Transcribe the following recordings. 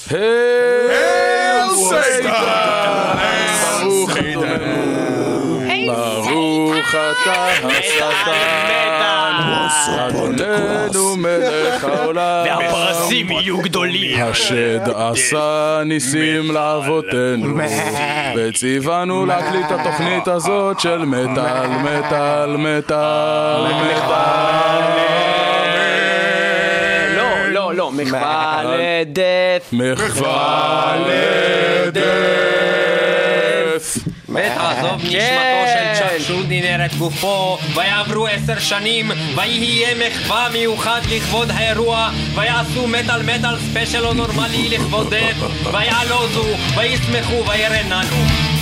ברוך אתה השטן, אדוננו מלך העולם, והפרסים יהיו גדולים. השד עשה ניסים לאבותינו, וציוונו להקליט את התוכנית הזאת של מטל, מטל, מטל, לא, מחווה לדף. מחווה לדף. ותעזוב נשמתו של צ'חשוד ננרת גופו, ויעברו 10 שנים, ויהיה מחווה מיוחד לכבוד האירוע, ויעשו מטל ספיישל או נורמלי לכבוד דף, ויעלוזו, וישמחו, וירננו.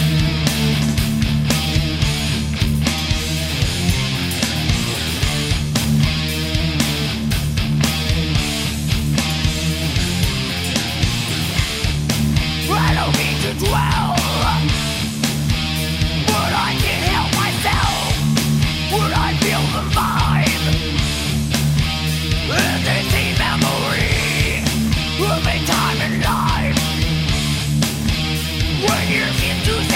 I don't mean to dwell, but I can't help myself when I feel the vibe. And it's a memory of a time in life when you're into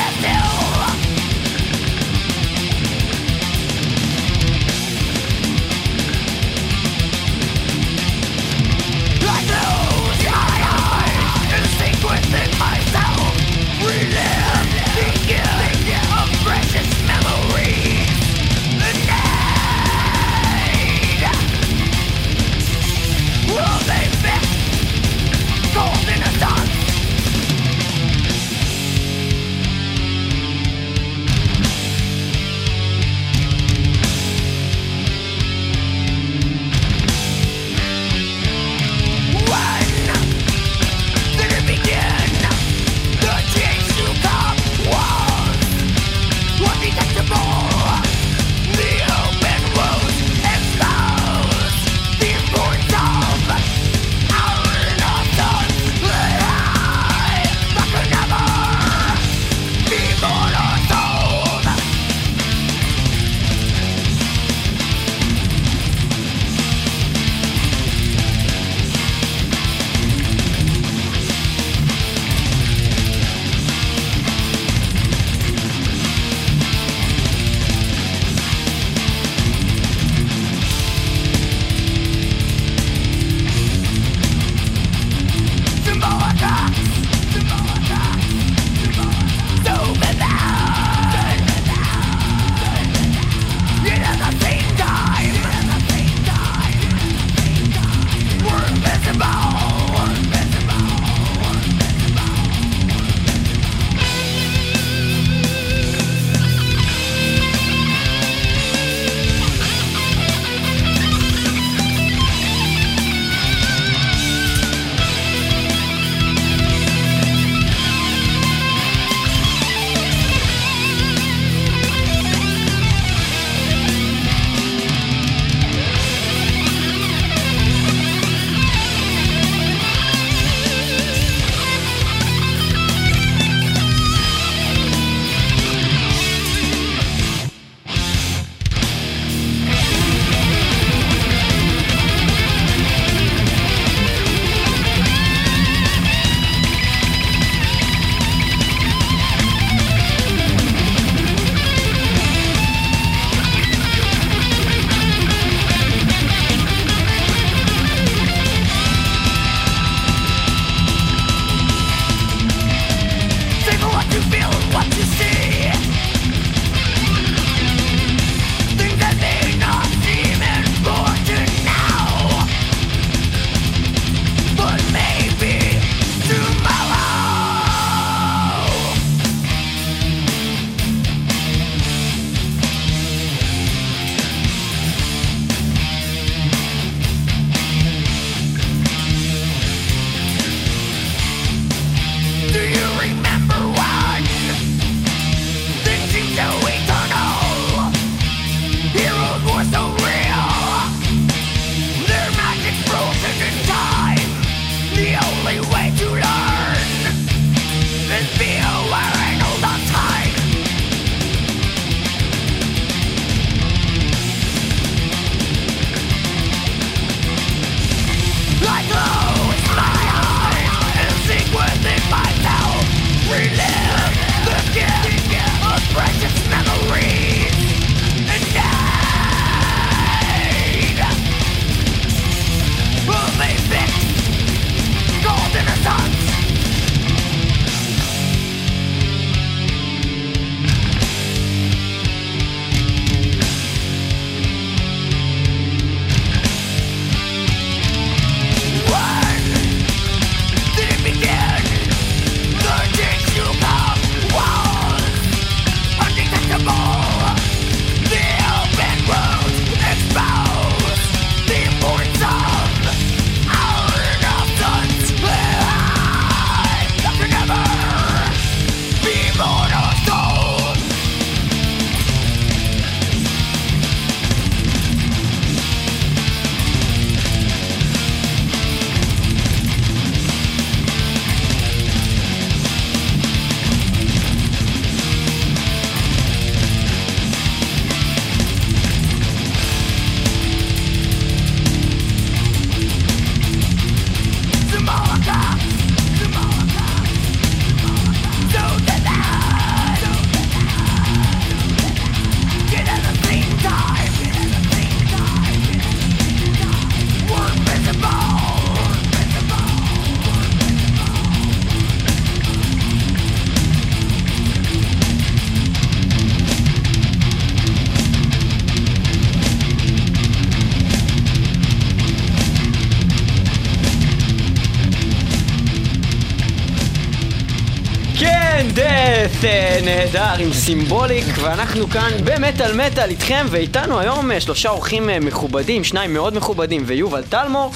death נהדר עם סימבוליק, ואנחנו כאן במטל מטל איתכם, ואיתנו היום 3 אורחים מכובדים, 2 מאוד מכובדים ויובל טלמור.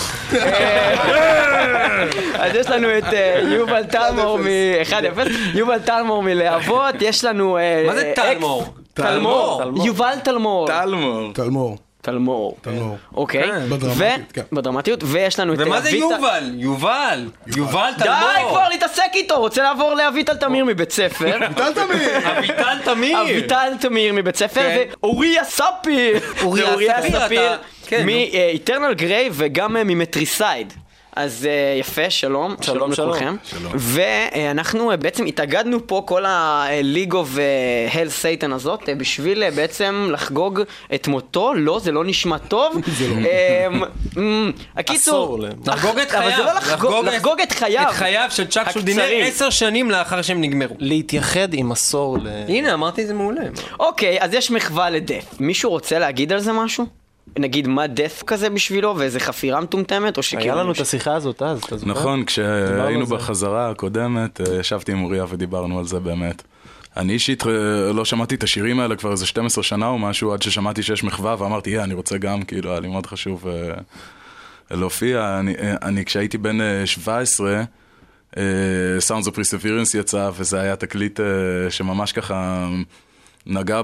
אז יש לנו את יובל טלמור מ-1-0, יובל טלמור מלהבות, יש לנו... מה זה טלמור? טלמור. יובל טלמור. טלמור. אוקיי. בדרמטיות. ויש לנו את ומה זה יובל? יובל טלמור. די כבר להתעסק איתו, רוצה לעבור לאביטל תמיר מבית ספר. אביטל תמיר מבית ספר, ואוריה ספיר. אוריה ספיר מ-Eternal Grey וגם ממטריסייד. אז יפה, שלום לכולכם. ואנחנו בעצם התאגדנו פה כל ה-League of Hell Satan הזאת בשביל בעצם לחגוג את מותו. לא, זה לא נשמע טוב. הקיצור, לחגוג את חייו. לחגוג את חייו. את חייו של צ'אק שולדינר 10 שנים לאחר שהם נגמרו. להתייחד עם מסור הנה, אמרתי זה מעולה. אוקיי, אז יש מחווה לדף. מישהו רוצה להגיד על זה משהו? נגיד מה דף כזה בשבילו ואיזה חפירה מטומטמת או שכאילו... היה לנו את השיחה הזאת אז, אתה זוכר? נכון, כשהיינו בחזרה הקודמת, ישבתי עם אוריה ודיברנו על זה באמת. אני אישית לא שמעתי את השירים האלה כבר איזה 12 שנה או משהו, עד ששמעתי שיש מחווה ואמרתי, אני רוצה גם, כאילו, היה לי מאוד חשוב להופיע. אני כשהייתי בן 17, Sounds of Perseverance יצא, וזה היה תקליט שממש ככה... נגע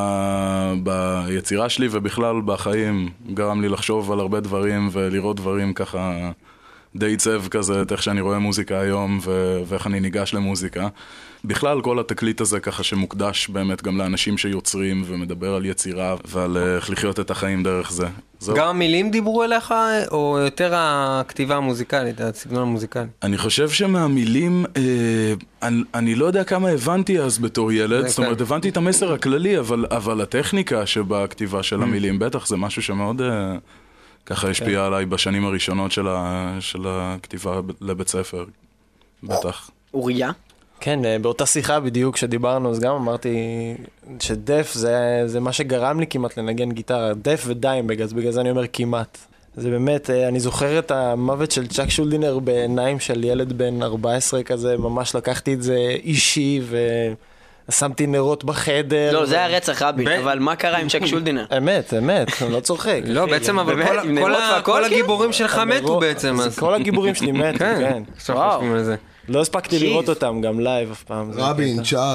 ביצירה שלי ובכלל בחיים, גרם לי לחשוב על הרבה דברים ולראות דברים ככה די עיצב כזה, איך שאני רואה מוזיקה היום ואיך אני ניגש למוזיקה. בכלל כל התקליט הזה ככה שמוקדש באמת גם לאנשים שיוצרים ומדבר על יצירה ועל איך לחיות את החיים דרך זה. גם המילים דיברו אליך או יותר הכתיבה המוזיקלית, הסגנון המוזיקלי? אני חושב שמהמילים, אני לא יודע כמה הבנתי אז בתור ילד, זאת אומרת הבנתי את המסר הכללי, אבל הטכניקה שבכתיבה של המילים, בטח זה משהו שמאוד ככה השפיע עליי בשנים הראשונות של הכתיבה לבית ספר, בטח. אוריה? כן, באותה שיחה בדיוק שדיברנו, אז גם אמרתי שדף זה מה שגרם לי כמעט לנגן גיטרה, דף ודיימבג, אז בגלל זה אני אומר כמעט. זה באמת, אני זוכר את המוות של צ'אק שולדינר בעיניים של ילד בן 14 כזה, ממש לקחתי את זה אישי ושמתי נרות בחדר. לא, זה היה רצח רבין, אבל מה קרה עם צ'אק שולדינר? אמת, אני לא צוחק. לא, בעצם אבל כל הגיבורים שלך מתו בעצם. כל הגיבורים שלי מתו, כן. וואו. לא הספקתי לראות אותם גם לייב אף פעם. רבין, צ'אק,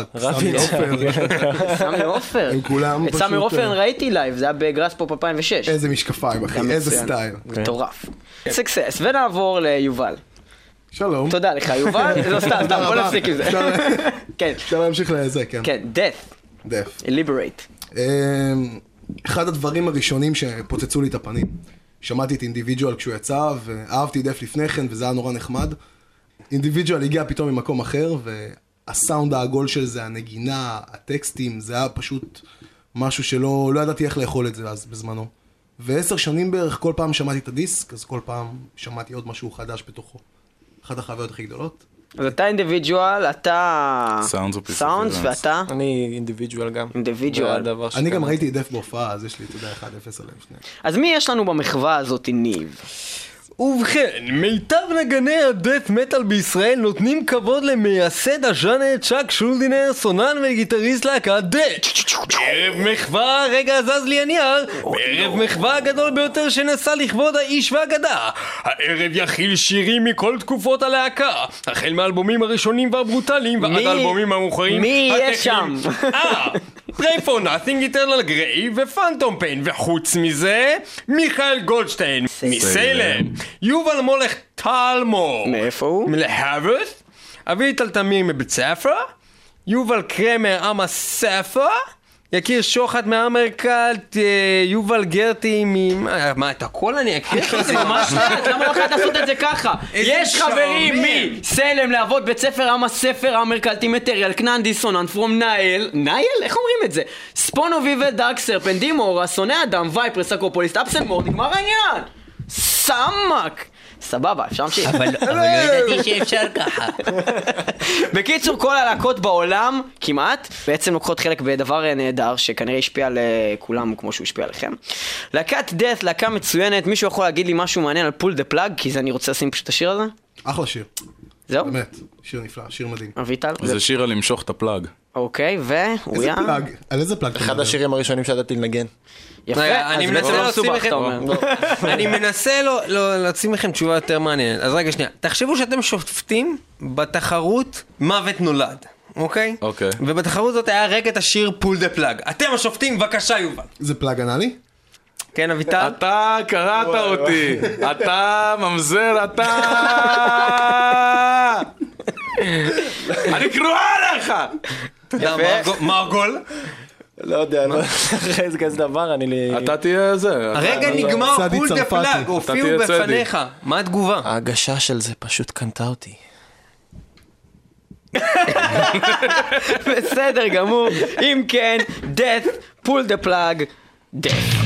סמי עופר. הם כולם את סמי עופר ראיתי לייב, זה היה בגראס פופ 2006. איזה משקפיים, אחי, איזה סטייל. מטורף. סקסס, ונעבור ליובל. שלום. תודה לך יובל. לא סתם, בוא נפסיק עם זה. אפשר להמשיך לזה, כן. כן, death. Liberate. אחד הדברים הראשונים שפוצצו לי את הפנים. שמעתי את אינדיבידואל כשהוא יצא, ואהבתי דף לפני כן, וזה היה נורא נחמד. אינדיבידואל הגיע פתאום ממקום אחר, והסאונד העגול של זה, הנגינה, הטקסטים, זה היה פשוט משהו שלא ידעתי איך לאכול את זה אז בזמנו. ו10 שנים בערך, כל פעם שמעתי את הדיסק, אז כל פעם שמעתי עוד משהו חדש בתוכו. אחת החוויות הכי גדולות. אז אתה אינדיבידואל, אתה... סאונדס, ואתה? אני אינדיבידואל גם. אינדיבידואל. אני גם ראיתי דף בהופעה, אז יש לי, אתה יודע, 1-0 עליהם שניהם. אז מי יש לנו במחווה הזאת, ניב? ובכן, מיטב נגני הדף מטל בישראל נותנים כבוד למייסד הז'אנר צ'אק שולדינר, סונן וגיטריסט להקת דף. בערב מחווה, רגע זז לי הנייר, בערב מחווה הגדול ביותר שנסע לכבוד האיש והאגדה. הערב יכיל שירים מכל תקופות הלהקה, החל מהאלבומים הראשונים והברוטליים ועד האלבומים המאוחרים. מי יש שם? Pray for Nothing, Eternal Grey ופנטום פיין, וחוץ מזה מיכאל גולדשטיין מסיילם, יובל מולך טלמור מאיפה הוא? מלהבות, אביטל תמיר מבית ספר, יובל קרמר עם הספר, יקיר שוחט מהמרקלט, יובל גרטי מה, את הכל אני אקריא? זה ממש לאט, למה לא יכולת לעשות את זה ככה? יש חברים מסלם לעבוד בית ספר עם הספר המרקלטי מטריאל, קנן דיסוננט פרום נייל, איך אומרים את זה? ספונו ויבל דארק סרפנט דימורה, שונא אדם, וייפרס אקרופוליסט, אפסנמור, נגמר העניין! סמק! סבבה, אפשר להמשיך. אבל לא ידעתי שאפשר ככה. בקיצור, כל הלהקות בעולם, כמעט, בעצם לוקחות חלק בדבר נהדר, שכנראה השפיע על כולם כמו שהוא השפיע עליכם. להקת דאט, להקה מצוינת, מישהו יכול להגיד לי משהו מעניין על פול דה פלאג, כי אני רוצה לשים פשוט את השיר הזה? אחלה שיר. זהו? באמת, שיר נפלא, שיר מדהים. אביטל? זה שיר על למשוך את הפלאג. אוקיי, איזה ואוריה? פלאג? על איזה פלאג? אחד השירים הראשונים שידעתי לנגן. יפה, אני אז מנסה בעצם לא להוציא מסובך, מכם- אתה אומר. אני מנסה להוציא מכם תשובה יותר מעניינת. אז רגע שנייה, תחשבו שאתם שופטים בתחרות מוות נולד, אוקיי? אוקיי. ובתחרות הזאת היה רק את השיר פול דה פלאג. אתם השופטים, בבקשה יובל. זה פלאג אנלי? כן אביטל? אתה קראת אותי, אתה ממזר, אתה... אני קרואה לך! מה הגול? לא יודע, לא אחרי איזה כזה דבר, אני... אתה תהיה זה. הרגע נגמר צדי פול דה צרפתי. פלאג, הופיעו תהיה צדי. בפניך. מה התגובה? ההגשה של זה פשוט קנתה אותי. בסדר גמור. אם כן, death, pull the plug, death.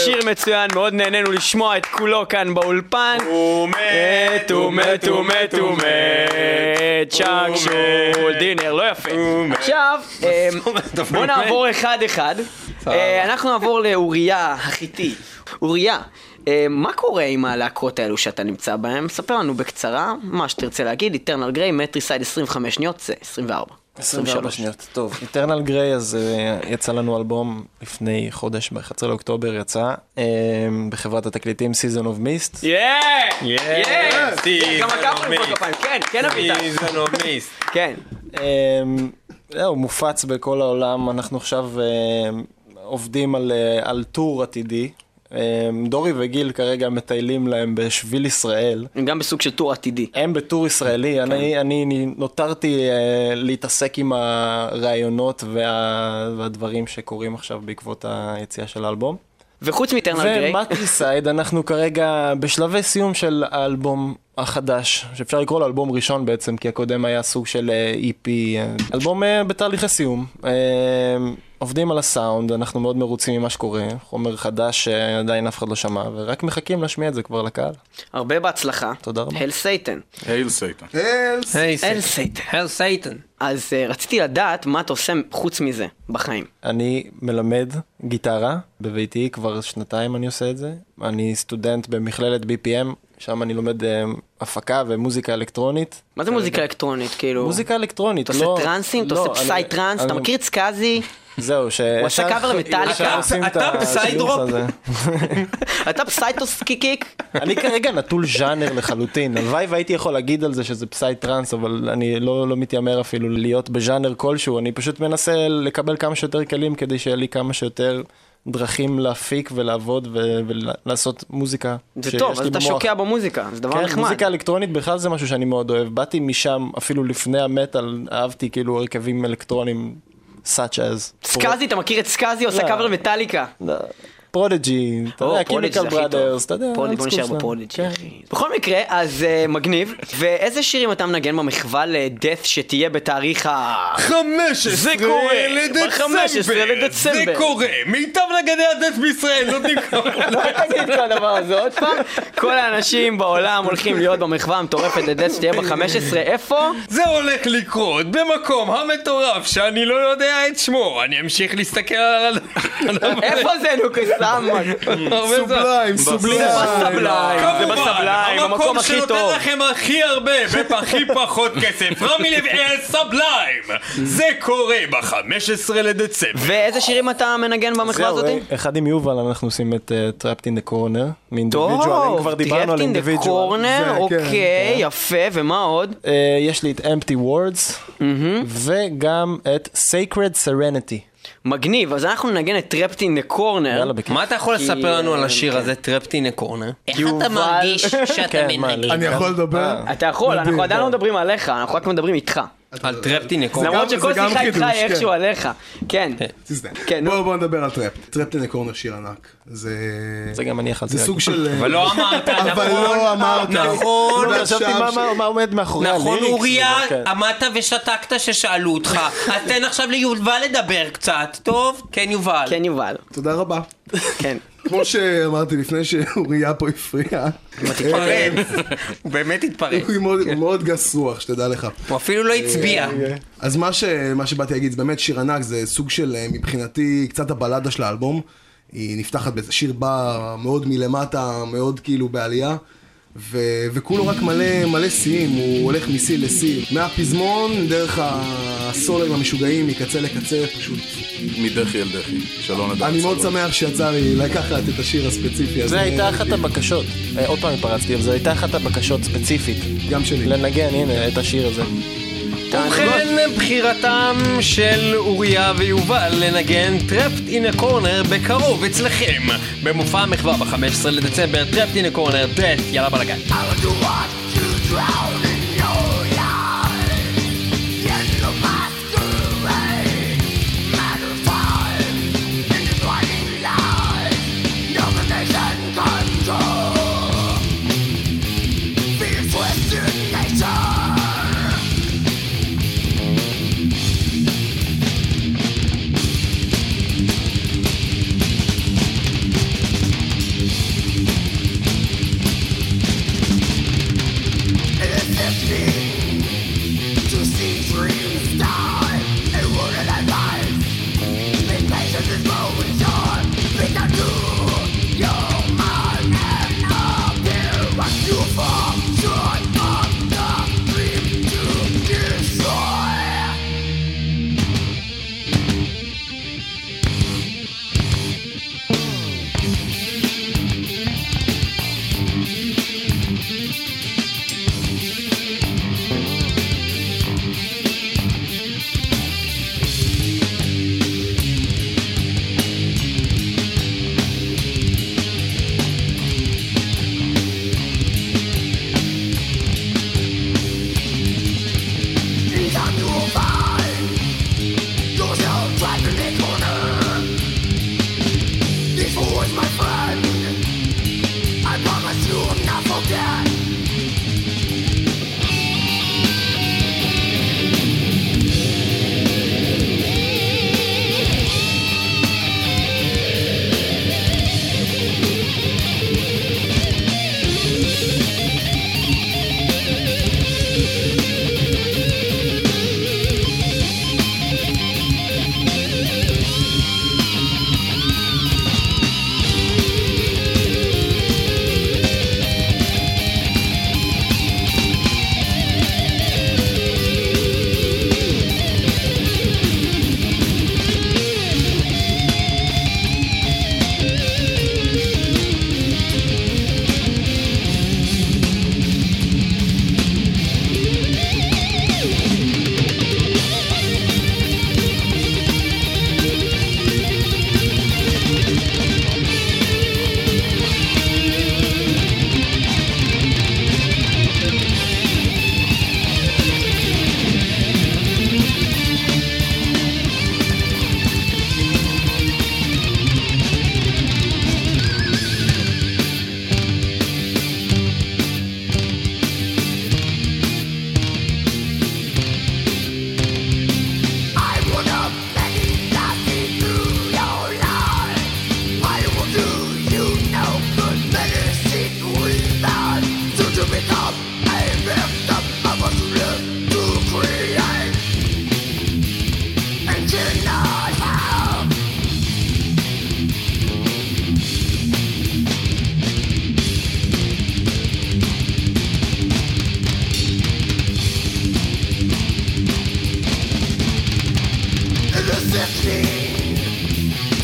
שיר מצוין, מאוד נהנינו לשמוע את כולו כאן באולפן. הוא מת, הוא מת, הוא מת, הוא מת, צ'אק שול דינר, לא יפה. עכשיו, בוא נעבור אחד. אנחנו נעבור לאוריה החיתי. אוריה, מה קורה עם הלהקות האלו שאתה נמצא בהם? ספר לנו בקצרה מה שתרצה להגיד. איטרנל גריי, מטריסייד 25 שניות, זה 24. 24 שניות, טוב. איטרנל גריי, אז יצא לנו אלבום לפני חודש, ב-11 לאוקטובר יצא, בחברת התקליטים Season of Mist. גם הקפנו פה כפיים, כן, אביטל. Season of Mist. כן. הוא מופץ בכל העולם, אנחנו עכשיו עובדים על טור עתידי. דורי וגיל כרגע מטיילים להם בשביל ישראל. הם גם בסוג של טור עתידי. הם בטור ישראלי. אני נותרתי להתעסק עם הרעיונות והדברים שקורים עכשיו בעקבות היציאה של האלבום. וחוץ מאיטרנל גריי. ומטריסייד, אנחנו כרגע בשלבי סיום של האלבום החדש, שאפשר לקרוא לו אלבום ראשון בעצם, כי הקודם היה סוג של EP. אלבום בתהליכי סיום. עובדים על הסאונד, אנחנו מאוד מרוצים ממה שקורה, חומר חדש שעדיין אף אחד לא שמע, ורק מחכים להשמיע את זה כבר לקהל. הרבה בהצלחה. תודה רבה. הל סייטן. הייל סייטן. הל סייטן. הל סייטן. אז רציתי לדעת מה אתה עושה חוץ מזה בחיים. אני מלמד גיטרה בביתי, כבר שנתיים אני עושה את זה. אני סטודנט במכללת BPM, שם אני לומד הפקה ומוזיקה אלקטרונית. מה זה מוזיקה אלקטרונית? כאילו... מוזיקה אלקטרונית, אתה עושה טרנסים? אתה עושה פסאי טרנס? אתה מכיר את סקאזי? זהו, הוא עשה קאבר למטאליקה. אתה פסיידרופ? אתה פסייטוס קיק? אני כרגע נטול ז'אנר לחלוטין. הלוואי והייתי יכול להגיד על זה שזה פסאי טרנס, אבל אני לא מתיימר אפילו להיות בז'אנר כלשהו. אני פשוט מנסה לקבל כמה שיותר כלים כדי שיהיה לי כמה שיותר דרכים להפיק ולעבוד ולעשות מוזיקה. זה טוב, אז אתה שוקע במוזיקה, זה דבר נחמד. מוזיקה אלקטרונית בכלל זה משהו שאני מאוד אוהב. באתי משם, אפילו לפני המטל, אהבתי כאילו הרכבים אלקטרונים, such as. סקאזי, אתה מכיר את סקאזי? עושה קאבר למטאליקה. פרודג'י, אתה יודע, קימיקל בראדרס, אתה יודע. בוא נשאר בפרודג'י, אחי. בכל מקרה, אז מגניב. ואיזה שירים אתה מנגן במחווה לדף שתהיה בתאריך 15 לדצמבר. זה קורה. מיטב נגני הדף בישראל, נותנים כמה. לא תגיד כל הדבר הזה עוד פעם. כל האנשים בעולם הולכים להיות במחווה המטורפת לדף שתהיה ב-15. איפה? זה הולך לקרות במקום המטורף שאני לא יודע את שמו. אני אמשיך להסתכל על... איפה זה נוקס? סובליים, זה בסבליים, המקום הכי טוב. שנותן לכם הכי הרבה בפחי פחות כסף, רמי לוי סבליים. זה קורה ב-15 לדצמבר. ואיזה שירים אתה מנגן במחווה הזאת? אחד עם יובל אנחנו עושים את Trapped in the Corner מאינדיבידואל, אם כבר דיברנו על אינדיבידואל. אוקיי, יפה, ומה עוד? יש לי את Empty Words וגם את Sacred Serenity. מגניב, אז אנחנו נגן את Trapped in the Corner. מה אתה יכול לספר לנו על השיר הזה, Trapped in the Corner? איך אתה מרגיש שאתה מנגן? אני יכול לדבר? אתה יכול, אנחנו עדיין לא מדברים עליך, אנחנו רק מדברים איתך. על Trapped in the Corner. למרות שכל שיחה איתך היא איכשהו עליך. כן. בואו נדבר על Trapped. Trapped in the Corner שיר ענק. זה גם אני יכלתי. זה סוג של... אבל לא אמרת, נכון. אבל לא אמרת. נכון. חשבתי מה עומד מאחורי הלינק. נכון, אוריה, עמדת ושתקת ששאלו אותך. אז תן עכשיו ליובל לדבר קצת. טוב? כן, יובל. כן, יובל. תודה רבה. כן. כמו שאמרתי לפני שאוריה פה הפריע. הוא באמת התפרץ. הוא מאוד גס רוח, שתדע לך. הוא אפילו לא הצביע. אז מה שבאתי להגיד, זה באמת שיר ענק, זה סוג של, מבחינתי, קצת הבלדה של האלבום. היא נפתחת באיזה שיר בא מאוד מלמטה, מאוד כאילו בעלייה. וכולו רק מלא שיאים, הוא הולך משיא לשיא. מהפזמון, דרך הסולר המשוגעים, מקצה לקצה, פשוט... מדחי אל דחי, שלא נדע. אני מאוד שמח שיצא לי לקחת את השיר הספציפי הזה. זה הייתה אחת הבקשות, עוד פעם פרצתי, אבל זה הייתה אחת הבקשות ספציפית. גם שלי. לנגן, הנה, את השיר הזה. ובכן, בחירתם של אוריה ויובל לנגן Trapped in a Corner בקרוב אצלכם במופע המחווה ב-15 לדצמבר. Trapped in a Corner, דף, יאללה בלגן.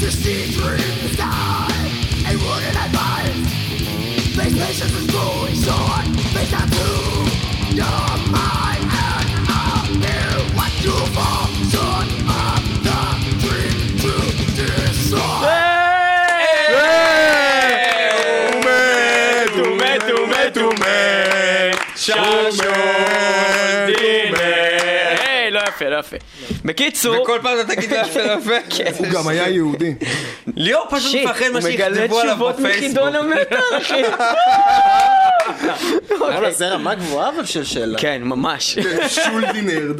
to see through the sky. A wooden advice. Face patience is growing short. Face tattoo. Your mind and I'll hear what you fall short of the dream to destroy. לא יפה, לא יפה. בקיצור... וכל פעם אתה תגיד לא יפה, לא יפה. הוא גם היה יהודי. ליאור פשוט מפחד מה שיכתבו עליו בפייסבוק. מגלה תשובות מחידון המטר, אחי. אבל זה רמה גבוהה אבל של שאלה. כן, ממש. שולדינר,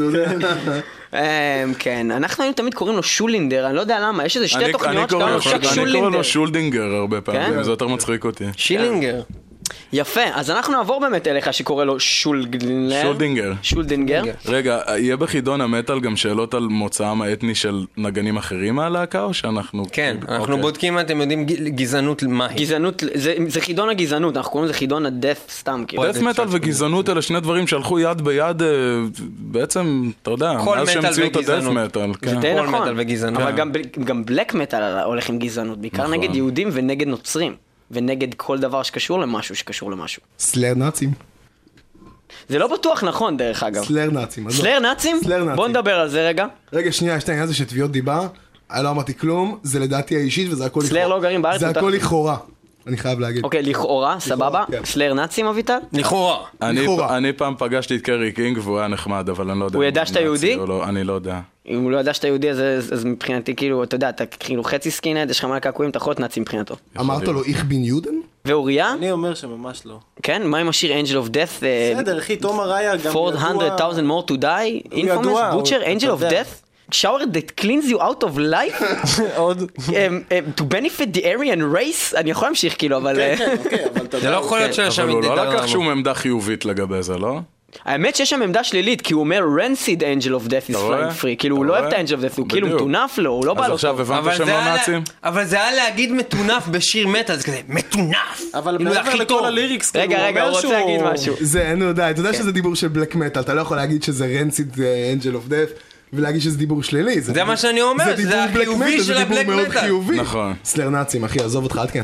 כן, אנחנו היום תמיד קוראים לו שולינדר, אני לא יודע למה, יש איזה שתי תוכניות שקוראים לו שק שולינדר. אני קורא לו שולדינגר הרבה פעמים, זה יותר מצחיק אותי. שילינגר. יפה, אז אנחנו נעבור באמת אליך שקורא לו שולדינגר. שולדינגר. רגע, יהיה בחידון המטל גם שאלות על מוצאם האתני של נגנים אחרים מהלהקה או שאנחנו... כן, אנחנו בודקים, אתם יודעים גזענות מהי. גזענות, זה חידון הגזענות, אנחנו קוראים לזה חידון הדף סתם. דף מטל וגזענות אלה שני דברים שהלכו יד ביד, בעצם, אתה יודע, מאז שהמציאו את הדף מטל. זה די כל נכון, מטל וגזענות. אבל גם בלק מטל הולך עם גזענות, בעיקר נגד יהודים ונגד נוצרים. ונגד כל דבר שקשור למשהו שקשור למשהו. סלר נאצים. זה לא בטוח נכון דרך אגב. סלר נאצים. סלר נאצים? סלר נאצים. בוא נדבר על זה רגע. רגע, שנייה, יש את העניין הזה שתביעות דיבה, אני לא אמרתי כלום, זה לדעתי האישית וזה הכל לכאורה. סלר לא גרים בארץ. זה הכל לכאורה, אני חייב להגיד. אוקיי, לכאורה, סבבה. סלר נאצים אביטל? לכאורה. אני פעם פגשתי את קרי קינג והוא היה נחמד, אבל אני לא יודע. הוא ידע שאתה יהודי? אני לא יודע. אם הוא לא ידע שאתה יהודי, אז מבחינתי, כאילו, אתה יודע, אתה כאילו חצי סקינד, יש לך מלא קעקועים, אתה יכול להיות נאצי מבחינתו. אמרת לו, איך בין יודן? ואוריה? אני אומר שממש לא. כן? מה עם השיר Angel of Death? בסדר, אחי, תום אריה גם ידוע... 400,000 more to die? Infamous? Butcher? Angel of Death? shower that cleans you out of life? עוד. to benefit the Aryan race? אני יכול להמשיך כאילו, אבל... כן, אוקיי, אבל אתה... זה לא יכול להיות שיש שם... אבל הוא לא לקח שום עמדה חיובית לגבי זה, לא? האמת שיש שם עמדה שלילית, כי הוא אומר rancid angel of death is flying free, כאילו הוא לא אוהב את האנג'ל of death, הוא כאילו מטונף לו, הוא לא בא לו. אז עכשיו הבנת שהם לא נאצים? אבל זה היה להגיד מטונף בשיר מטל, זה כזה מטונף! אבל מעבר לכל הליריקס, רגע, הוא רוצה להגיד משהו. זה, נו די, אתה יודע שזה דיבור של בלק מטל, אתה לא יכול להגיד שזה rancid angel of death ולהגיד שזה דיבור שלילי. זה מה שאני אומר, זה החיובי של הבלק מטל. נכון. סלר נאצים, אחי, עזוב אותך, אל תכנס.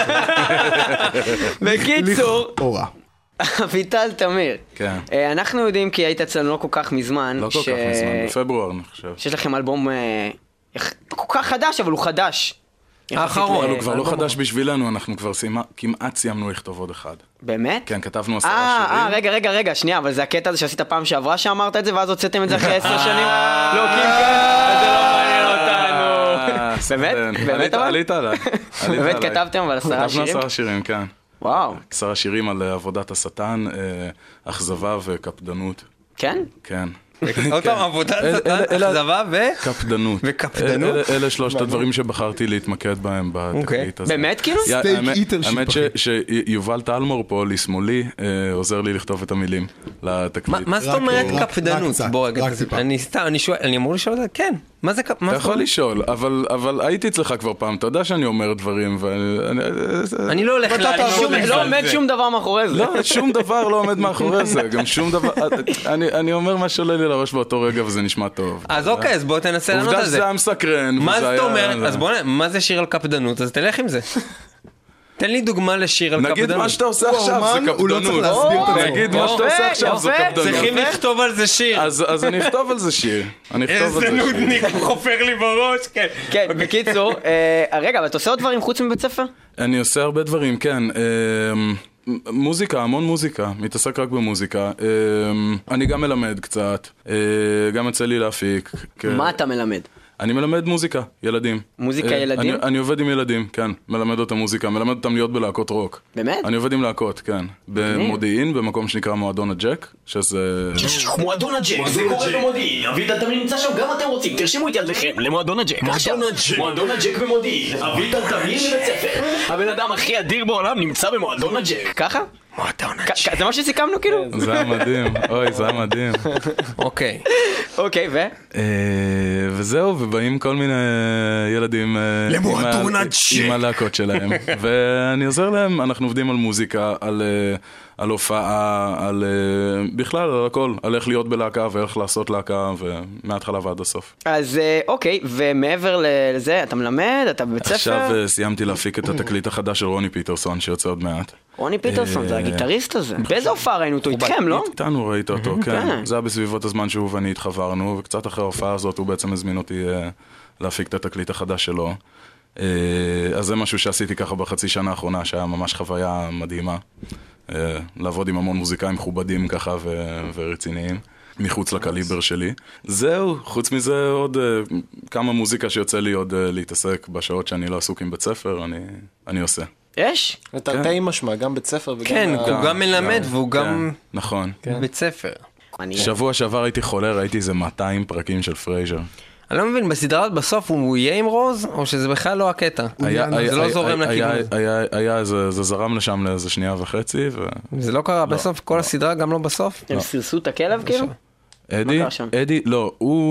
בקיצור, אורה. אביטל תמיר, כן. אנחנו יודעים כי היית אצלנו לא כל כך מזמן, לא כל כך מזמן, בפברואר אני חושב. שיש לכם אלבום כל כך חדש, אבל הוא חדש. האחרון. אבל הוא כבר לא חדש בשבילנו, אנחנו כבר כמעט סיימנו לכתוב עוד אחד. באמת? כן, כתבנו 10 שירים. רגע, שנייה, אבל זה הקטע הזה שעשית פעם שעברה שאמרת את זה, ואז הוצאתם את זה אחרי 10 שנים? לא, זה לא מעניין אותנו. באמת אבל? עלית עליי. באמת כתבתם אבל 10 שירים? כתבנו 10 שירים, כן. וואו. 10 שירים על עבודת השטן, אכזבה וקפדנות. כן? כן. עוד פעם, עבודת השטן, אכזבה קפדנות. וקפדנות? אלה שלושת הדברים שבחרתי להתמקד בהם בתקליט הזה. באמת כאילו? האמת שיובל טלמור פה לשמאלי עוזר לי לכתוב את המילים לתקליט. מה זאת אומרת קפדנות? בוא רגע, אני אמור לשאול את זה? כן. מה זה קפדנות? אתה יכול לשאול, אבל הייתי אצלך כבר פעם, אתה יודע שאני אומר דברים אני לא הולך לא עומד שום דבר מאחורי זה. לא, שום דבר לא עומד מאחורי זה, גם שום דבר, אני אומר מה שעולה לי לראש באותו רגע וזה נשמע טוב. אז אוקיי, אז בוא תנסה לענות על זה. עובדה שזה היה מסקרן. מה זאת אומרת? אז בוא נראה, מה זה שיר על קפדנות? אז תלך עם זה. תן לי דוגמה לשיר על קפדנות. נגיד מה שאתה עושה עכשיו זה קפדנות. הוא לא צריך להסביר את זה. נגיד מה שאתה עושה עכשיו זה קפדנות. צריכים לכתוב על זה שיר. אז אני אכתוב על זה שיר. איזה נודניק, הוא חופר לי בראש, כן. כן, בקיצור, רגע, אבל אתה עושה עוד דברים חוץ מבית ספר? אני עושה הרבה דברים, כן. מוזיקה, המון מוזיקה, מתעסק רק במוזיקה. אני גם מלמד קצת, גם יצא לי להפיק. מה אתה מלמד? אני מלמד מוזיקה, ילדים. מוזיקה ילדים? אני עובד עם ילדים, כן. מלמד אותם מוזיקה, מלמד אותם להיות בלהקות רוק. באמת? אני עובד עם להקות, כן. במודיעין, במקום שנקרא מועדון הג'ק, שזה... מועדון הג'ק, זה קורה במודיעין. אביטל תמיר נמצא שם, גם אתם רוצים, תרשמו את ידכם למועדון הג'ק. עכשיו, מועדון הג'ק במודיעין. אביטל תמיר מבית ספר. הבן אדם הכי אדיר בעולם נמצא במועדון הג'ק. ככה? מועדון זה מה שסיכמנו כאילו? זה היה מדהים, אוי, זה היה מדהים. אוקיי. אוקיי, וזהו, ובאים כל מיני ילדים עם הלהקות שלהם, ואני עוזר להם, אנחנו עובדים על מוזיקה, על הופעה, על בכלל, על הכל, על איך להיות בלהקה ואיך לעשות להקה, ומההתחלה ועד הסוף. אז אוקיי, ומעבר לזה, אתה מלמד, אתה בבית ספר? עכשיו סיימתי להפיק את התקליט החדש של רוני פיטרסון, שיוצא עוד מעט. רוני פיטרסון, זה הגיטריסט הזה. באיזה הופעה ראינו אותו איתכם, לא? איתנו ראית אותו, כן. זה היה בסביבות הזמן שהוא ואני התחברנו, וקצת אחרי ההופעה הזאת הוא בעצם הזמין אותי להפיק את התקליט החדש שלו. אז זה משהו שעשיתי ככה בחצי שנה האחרונה, שהיה ממש חוויה מדהימה. לעבוד עם המון מוזיקאים מכובדים ככה ורציניים, מחוץ לקליבר שלי. זהו, חוץ מזה עוד כמה מוזיקה שיוצא לי עוד להתעסק בשעות שאני לא עסוק עם בית ספר, אני עושה. יש? תרתי משמע, גם בית ספר וגם... כן, הוא גם מלמד והוא גם... נכון. בית ספר. שבוע שעבר הייתי חולה, ראיתי איזה 200 פרקים של פרייזר. אני לא מבין, בסדרה בסוף הוא יהיה עם רוז, או שזה בכלל לא הקטע? זה לא זורם לכיוון. זה זרם לשם לאיזה שנייה וחצי. זה לא קרה בסוף, כל הסדרה גם לא בסוף? הם סרסו את הכלב כאילו? אדי, לא,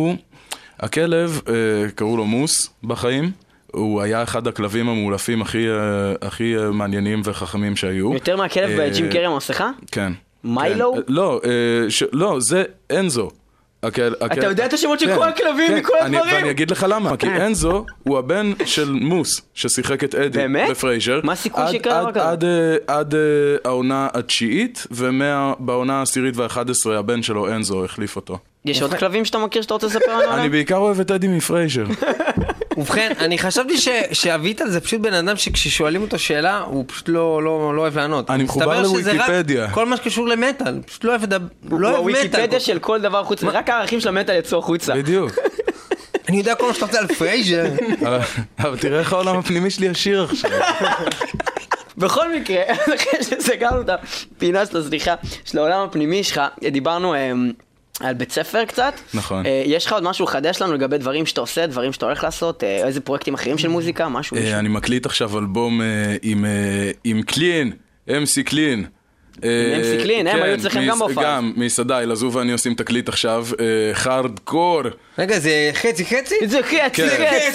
הכלב, קראו לו מוס בחיים, הוא היה אחד הכלבים המאולפים הכי מעניינים וחכמים שהיו. יותר מהכלב בג'ים קרי המסכה? כן. מיילו? לא, זה אנזו. אתה יודע את השמות של כל הכלבים מכל הדברים? ואני אגיד לך למה, כי אנזו הוא הבן של מוס ששיחק את אדי בפרייזר. מה הסיכוי שיקרה רק? עד העונה התשיעית, ובעונה העשירית וה-11 הבן שלו אנזו החליף אותו. יש עוד כלבים שאתה מכיר שאתה רוצה לספר לנו? אני בעיקר אוהב את אדי מפרייזר. ובכן, אני חשבתי שאביטל זה פשוט בן אדם שכששואלים אותו שאלה, הוא פשוט לא אוהב לענות. אני מחובר לוויקיפדיה. כל מה שקשור למטל, פשוט לא אוהב מטל. הוא הוויקיפדיה של כל דבר חוץ, רק הערכים של המטל יצאו החוצה. בדיוק. אני יודע כל מה שאתה רוצה על פרייזר. אבל תראה איך העולם הפנימי שלי עשיר עכשיו. בכל מקרה, אחרי שסגרנו את הפינה של הסליחה של העולם הפנימי שלך, דיברנו על בית ספר קצת. נכון. יש לך עוד משהו חדש לנו לגבי דברים שאתה עושה, דברים שאתה הולך לעשות, איזה פרויקטים אחרים של מוזיקה, משהו? אני מקליט עכשיו אלבום עם קלין, MC קלין. MC קלין, הם היו צריכים גם בהופעה. גם, מסעדיי, לזו ואני עושים תקליט עכשיו, חארדקור. רגע, זה חצי? זה חצי.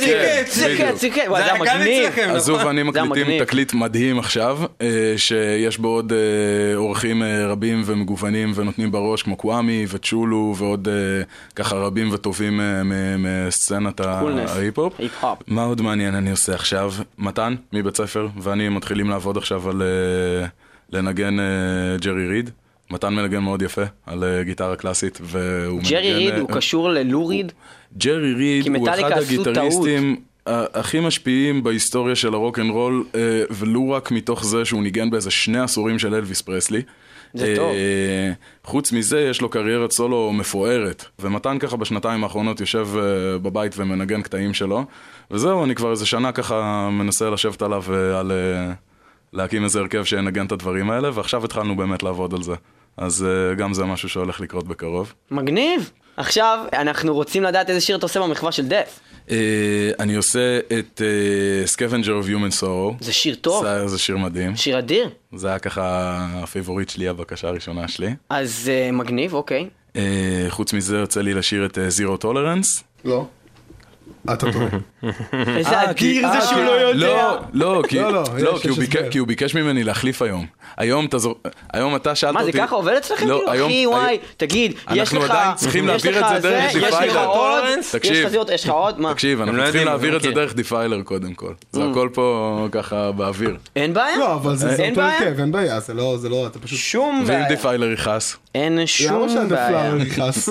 זה מגניב. לזו ואני מקליטים תקליט מדהים עכשיו, שיש בו עוד אורחים רבים ומגוונים ונותנים בראש, כמו קוואמי וצ'ולו ועוד ככה רבים וטובים מסצנת ההיפ-הופ. מה עוד מעניין אני עושה עכשיו? מתן מבית ספר, ואני מתחילים לעבוד עכשיו על... לנגן ג'רי ריד. מתן מנגן מאוד יפה על גיטרה קלאסית. ג'רי ריד הוא קשור ללו ריד? ג'רי ריד הוא אחד הגיטריסטים הכי משפיעים בהיסטוריה של הרוק אנד רול, ולא רק מתוך זה שהוא ניגן באיזה 2 עשורים של אלוויס פרסלי. זה טוב. חוץ מזה יש לו קריירת סולו מפוארת, ומתן ככה בשנתיים האחרונות יושב בבית ומנגן קטעים שלו, וזהו, אני כבר איזה שנה ככה מנסה לשבת עליו על... להקים איזה הרכב שינגן את הדברים האלה, ועכשיו התחלנו באמת לעבוד על זה. אז גם זה משהו שהולך לקרות בקרוב. מגניב! עכשיו אנחנו רוצים לדעת איזה שיר אתה עושה במחווה של דף. אני עושה את Scavenger of Human Sorrow. זה שיר טוב. זה שיר מדהים. שיר אדיר. זה היה ככה הפייבוריט שלי, הבקשה הראשונה שלי. אז מגניב, אוקיי. חוץ מזה יוצא לי לשיר את Zero Tolerance. לא. אתה טועה. איזה אדיר זה שהוא לא יודע. לא, כי הוא ביקש ממני להחליף היום. היום אתה שאלת אותי... מה, זה ככה עובד אצלכם? כאילו, אחי, וואי, תגיד, יש לך... אנחנו עדיין צריכים להעביר את זה דרך דיפיילר. יש לך עוד? יש לך עוד? מה? תקשיב, אנחנו צריכים להעביר את זה דרך דיפיילר קודם כל. זה הכל פה ככה באוויר. אין בעיה? לא, אבל זה אותו הרכב, אין בעיה, זה לא, אתה פשוט... שום בעיה. ואם דיפיילר יכעס? אין שום בעיה. למה שהדיפיילר יכעס?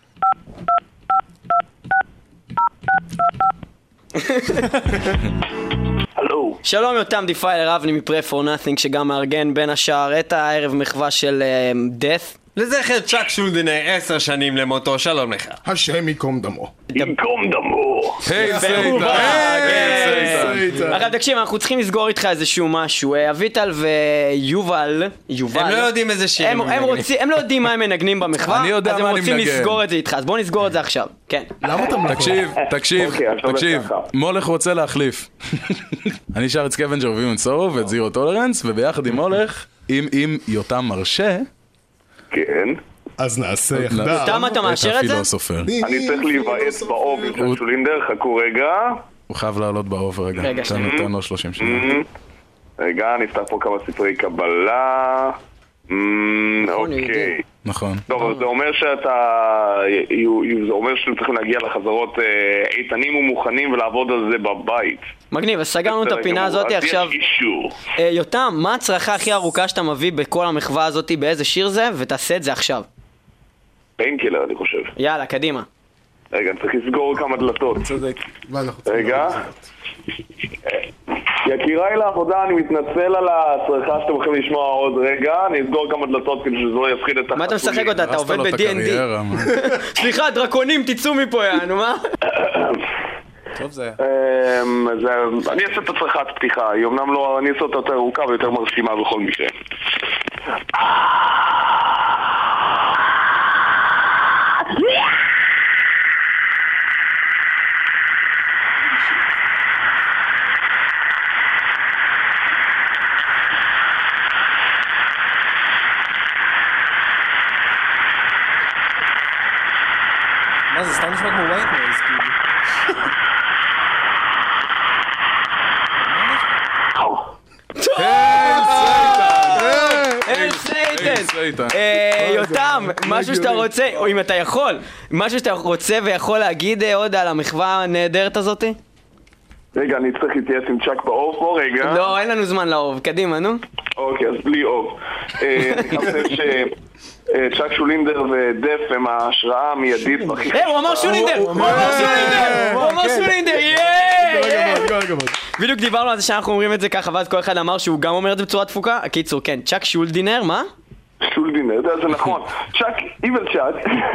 שלום, יותם דיפיילר, אבני מ-Pray for Nothing, שגם מארגן בין השאר את הערב מחווה של death. לזכר צ'אק שולדינר 10 שנים למותו, שלום לך. השם ייקום דמו. ייקום דמו. היי סייטן. עכשיו תקשיב, אנחנו צריכים לסגור איתך איזשהו משהו. אביטל ויובל, הם לא יודעים איזה שיר הם לא יודעים מה הם מנגנים במחווה, אני יודע אז מה הם אני רוצים מנגן. לסגור את זה איתך, אז בואו נסגור את זה עכשיו. כן. למה אתה תקשיב, מולך רוצה להחליף. אני שר את Scavenger of Human Sorrow ואת Zero Tolerance, וביחד עם מולך אם יותם מרשה... כן. אז נעשה יחדיו. יותם, אתה מאשר את זה? אני צריך להיוועץ באוב עם צ'אק שולינדר, חכו רגע. הוא חייב לעלות באוב רגע. תן לו 30 שניות. רגע, נפתח פה כמה ספרי קבלה. אוקיי. נכון. טוב, זה אומר שאתם צריכים להגיע לחזרות איתנים ומוכנים ולעבוד על זה בבית. מגניב, אז סגרנו את הפינה הזאת עכשיו. יותם, מה הצרחה הכי ארוכה שאתה מביא בכל המחווה הזאת, באיזה שיר זה, ותעשה את זה עכשיו. פיינקילר, אני חושב. יאללה, קדימה. רגע, צריך לסגור כמה דלתות. צודק. רגע. יקיריי לעבודה, אני מתנצל על הצרחה שאתם הולכים לשמוע עוד רגע. אני אסגור כמה דלתות כדי שזה לא יפחיד את החתולים. מה אתה משחק אותה? אתה עובד ב-D&D. סליחה, דרקונים, תצאו מפה, יענו, מה? טוב זה. אני אעשה את הצרחת פתיחה. היא אמנם לא, אני אעשה אותה יותר ארוכה ויותר מרשימה בכל מקרה. מה זה, סתם נשמע כמו ווייט נויז, כאילו. סייטן. יותם, משהו שאתה רוצה, או אם אתה יכול, משהו שאתה רוצה ויכול להגיד עוד על המחווה הנהדרת הזאת? רגע, אני צריך להתייעץ עם צ'אק באוב פה, רגע. לא, אין לנו זמן לאוב, קדימה, נו. אוקיי, אז בלי אוב. אני חושב שצ'אק שולינדר ודף הם ההשראה המיידית והכי חשובה. הוא אמר שולינדר! בדיוק דיברנו על זה שאנחנו אומרים את זה ככה, ואז כל אחד אמר שהוא גם אומר את זה בצורה דפוקה. הקיצור, כן, צ'אק שולדינר, מה? שולדינר, זה נכון. צ'אק, איבל צ'אק,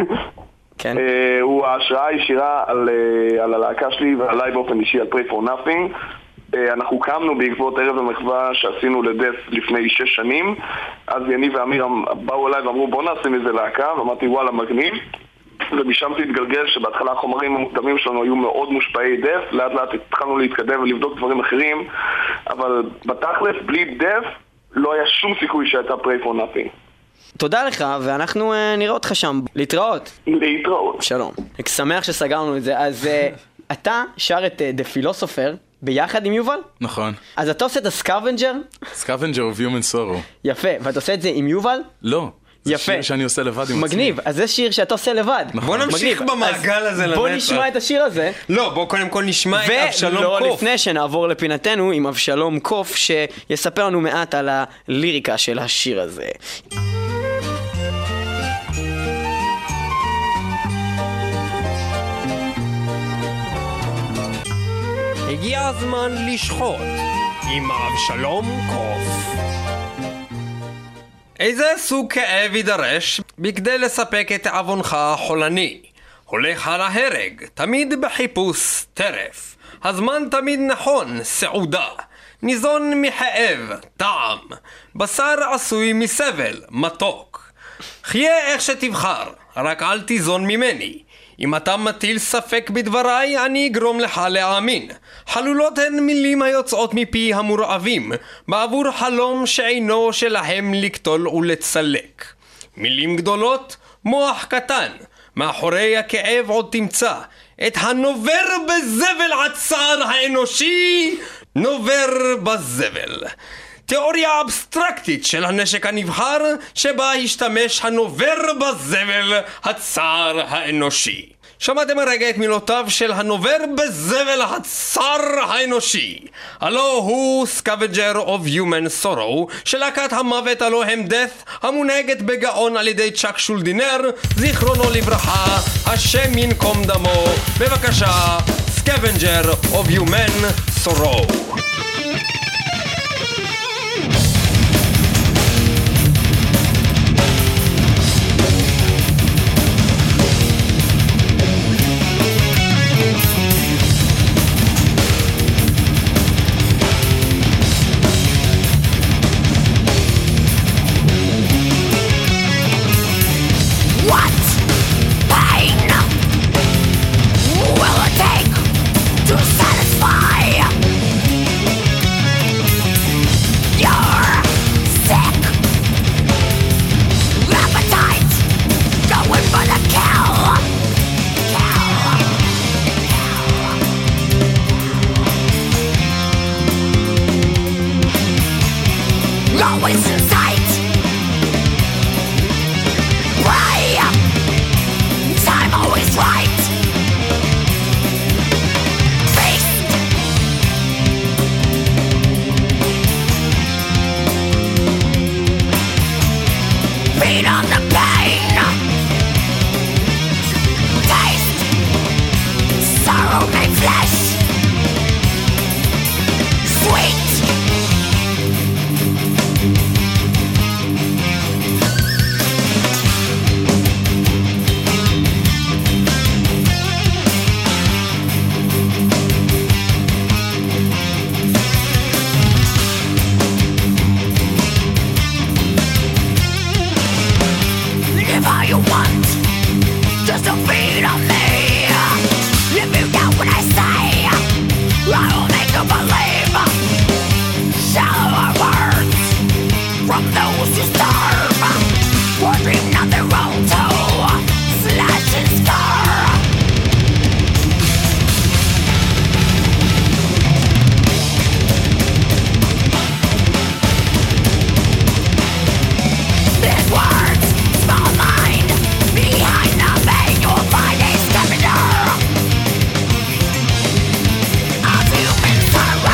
הוא ההשראה הישירה על הלהקה שלי ועליי באופן אישי על Pray for Nothing. אנחנו קמנו בעקבות ערב המחווה שעשינו לדף לפני 6 שנים. אז יניב ואמיר באו אליי ואמרו בוא נעשה מזה להקה, ואמרתי וואלה מגניב. ומשם זה התגלגל שבהתחלה החומרים המוקדמים שלנו היו מאוד מושפעי דף, לאט לאט התחלנו להתקדם ולבדוק דברים אחרים, אבל בתכלס בלי דף לא היה שום סיכוי שהייתה Pray for Nothing. תודה לך, ואנחנו נראה אותך שם. להתראות. שלום. אני שמח שסגרנו את זה. אז אתה שר את The Philosopher ביחד עם יובל? נכון. אז אתה עושה את הסקאבנג'ר? Scavenger of Human Sorrow. יפה, ואתה עושה את זה עם יובל? לא. זה יפה. שיר שאני עושה לבד עם עצמי. מגניב, אז זה שיר שאתה עושה לבד. בוא נמשיך במעגל הזה לנצח. בוא נשמע את השיר הזה. לא, בוא קודם כל נשמע את אבשלום קוף. ולא לפני שנעבור לפינתנו עם אבשלום קוף, שיספר לנו מעט על הליריקה של השיר הזה. הגיע הזמן לשחוט עם אבשלום קוף. איזה סוג כאב יידרש בכדי לספק את עוונך החולני? הולך על ההרג, תמיד בחיפוש טרף. הזמן תמיד נכון, סעודה. ניזון מכאב, טעם. בשר עשוי מסבל, מתוק. חיה איך שתבחר, רק אל תיזון ממני. אם אתה מטיל ספק בדבריי, אני אגרום לך להאמין. חלולות הן מילים היוצאות מפי המורעבים, בעבור חלום שעינו שלהם לקטול ולצלק. מילים גדולות, מוח קטן. מאחורי הכאב עוד תמצא את הנובר בזבל הצער האנושי, נובר בזבל. תיאוריה אבסטרקטית של הנשק הנבחר, שבה השתמש הנובר בזבל הצער האנושי. שמעתם הרגע את מילותיו של הנובר בזבל הצער האנושי. הלא הוא Scavenger of Human Sorrow, של להקת המוות הלא הם Death, המונהגת בגאון על ידי צ'אק שולדינר, זיכרונו לברכה, השם ינקום דמו. בבקשה, Scavenger of Human Sorrow. Will it take to satisfy believe shallower words from those who starve, or dream not their own to slash and scar. Big words, small mind, behind the veil you'll find a scavenger of human sorrow.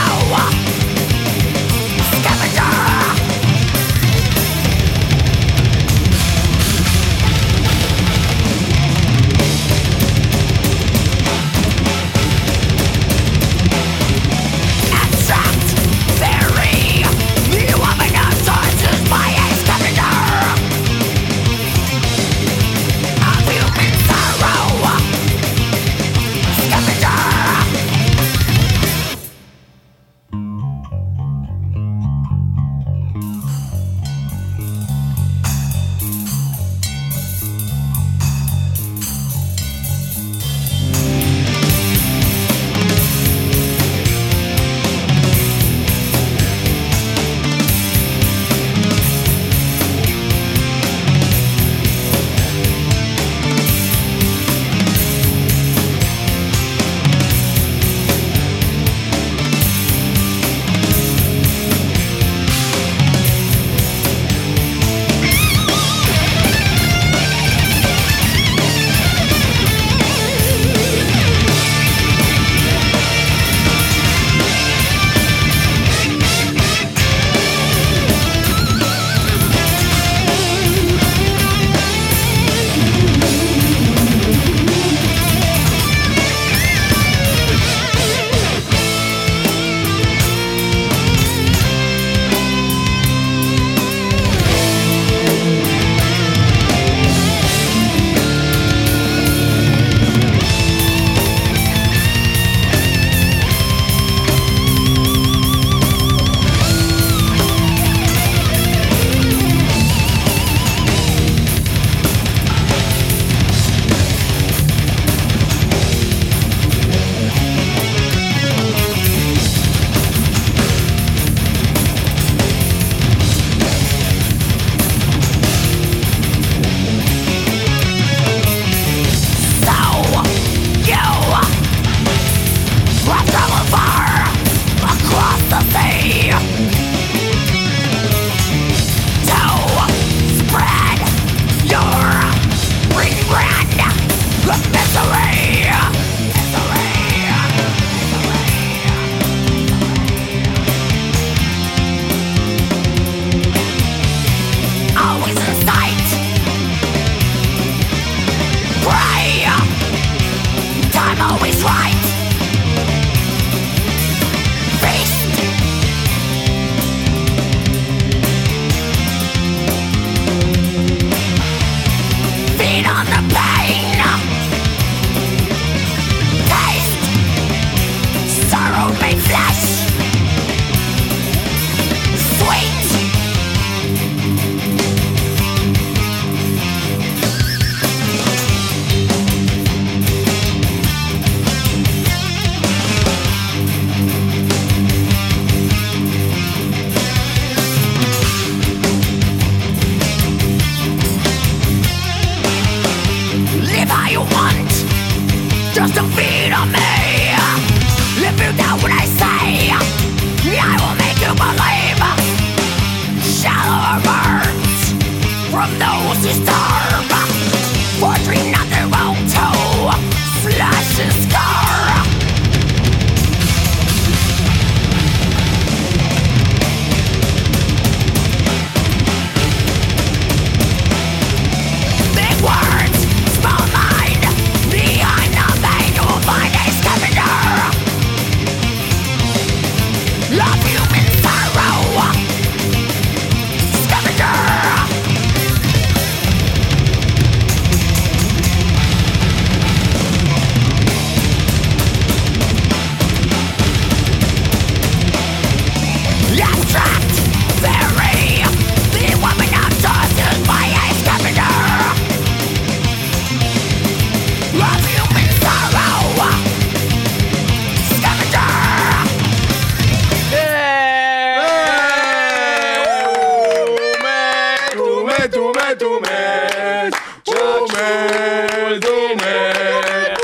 מת, הוא מת, הוא מת, הוא מת.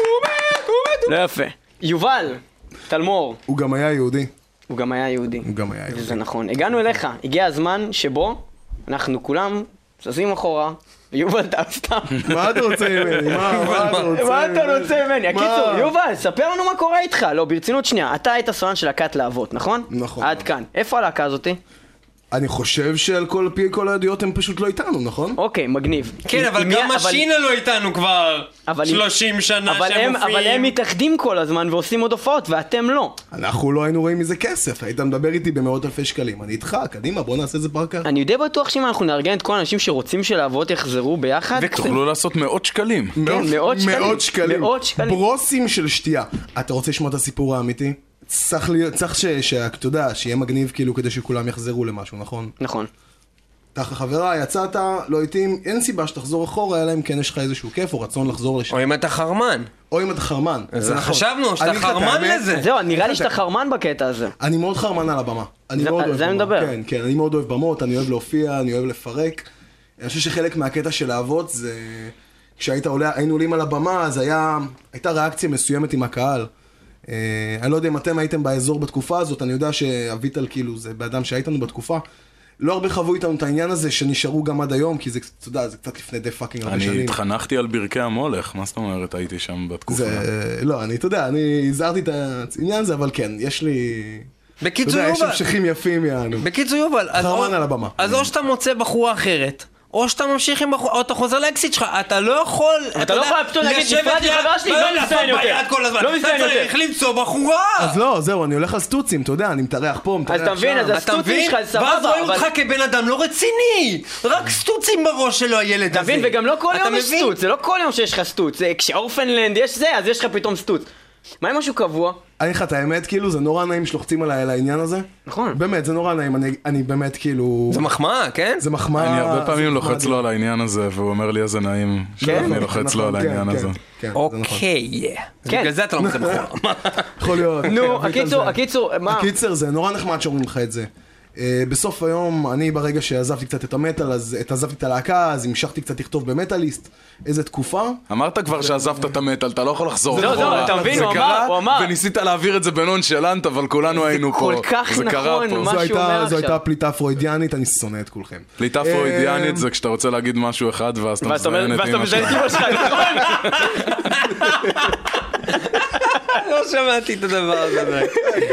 לא יפה. יובל, תלמור. הוא גם היה יהודי. הוא גם היה יהודי. הוא גם היה יהודי. וזה נכון. הגענו אליך. הגיע הזמן שבו אנחנו כולם זזים אחורה. יובל, אתה סתם. מה אתה רוצה ממני? מה אתה רוצה ממני? הקיצור, יובל, ספר לנו מה קורה איתך. לא, ברצינות שנייה. אתה היית סולן של להקת להבות, נכון? נכון. עד כאן. איפה הלהקה הזאתי? אני חושב שעל כל העדויות הם פשוט לא איתנו, נכון? אוקיי, מגניב. כן, אבל גם משינה לא איתנו כבר 30 שנה שהם מופיעים. אבל הם מתאחדים כל הזמן ועושים עוד הופעות, ואתם לא. אנחנו לא היינו רואים מזה כסף, היית מדבר איתי במאות אלפי שקלים. אני איתך, קדימה, בוא נעשה את זה פרקה. אני די בטוח שאם אנחנו נארגן את כל האנשים שרוצים שלהבות יחזרו ביחד. תוכלו לעשות מאות שקלים. מאות שקלים. מאות שקלים. ברוסים של שתייה. אתה רוצה לשמוע את הסיפור האמיתי? צריך שאתה יודע, שיהיה מגניב כאילו כדי שכולם יחזרו למשהו, נכון? נכון. תחת חברה, יצאת, לא איתים, אין סיבה שתחזור אחורה, אלא אם כן יש לך איזשהו כיף או רצון לחזור לשם. או אם אתה חרמן. או אם אתה חרמן. אז חשבנו שאתה חרמן לזה. זהו, נראה לי שאתה חרמן בקטע הזה. אני מאוד חרמן על הבמה. זה אני מדבר. כן, כן, אני מאוד אוהב במות, אני אוהב להופיע, אני אוהב לפרק. אני חושב שחלק מהקטע של להבות זה... כשהיינו עולים על הבמה, אז הייתה ריאקציה מסוימת עם הקהל. אני לא יודע אם אתם הייתם באזור בתקופה הזאת, אני יודע שאביטל כאילו זה באדם שהייתנו בתקופה. לא הרבה חוו איתנו את העניין הזה שנשארו גם עד היום, כי זה, אתה יודע, זה קצת לפני די פאקינג הרבה שנים. אני התחנכתי על ברכי המולך, מה זאת אומרת הייתי שם בתקופה? לא, אתה יודע, אני הזהרתי את העניין הזה, אבל כן, יש לי... בקיצור יובל. יש המשכים יפים יענו. בקיצור יובל. חרמן על הבמה. אז או שאתה מוצא בחורה אחרת. או שאתה ממשיך עם בחורה, או אתה חוזר לאקסיט שלך, אתה לא יכול... אתה לא יכול פתאום להגיד, נפרדתי חבר שלי, לא מזדיין יותר. לא מזדיין יותר. אתה צריך למצוא בחורה. אז לא, זהו, אני הולך על סטוצים, אתה יודע, אני מתארח פה, מתארח שם. אז אתה מבין, אז הסטוצים שלך סבבה, ואז רואים אותך כבן אדם לא רציני. רק סטוצים בראש שלו הילד הזה. אתה מבין, וגם לא כל יום יש סטוץ, זה לא כל יום שיש לך סטוץ. כשאורפנלנד יש זה, אז יש לך פתאום סטוץ. מה עם משהו קבוע? אני לך את האמת, כאילו, זה נורא נעים שלוחצים עליי על העניין הזה. נכון. באמת, זה נורא נעים, אני באמת כאילו... זה מחמאה, כן? זה מחמאה... אני הרבה פעמים לוחץ לו על העניין הזה, והוא אומר לי איזה נעים שאני לוחץ לו על העניין הזה. אוקיי. בגלל זה אתה לא מצא בחורה. יכול להיות. נו, הקיצור, מה? הקיצר, זה נורא נחמד שאומרים לך את זה. בסוף היום, אני ברגע שעזבתי קצת את המטל, אז עזבתי את הלהקה, אז המשכתי קצת לכתוב במטליסט איזה תקופה. אמרת כבר שעזבת את המטל, אתה לא יכול לחזור. לא, אתה מבין, הוא אמר. וניסית להעביר את זה בנונשלנט, אבל כולנו היינו פה. כל כך נכון, מה שהוא אומר עכשיו. זו הייתה פליטה פרוידיאנית, אני שונא את כולכם. פליטה פרוידיאנית זה כשאתה רוצה להגיד משהו אחד, ואז אתה מזיין את אמא שלך. לא שמעתי את הדבר הזה.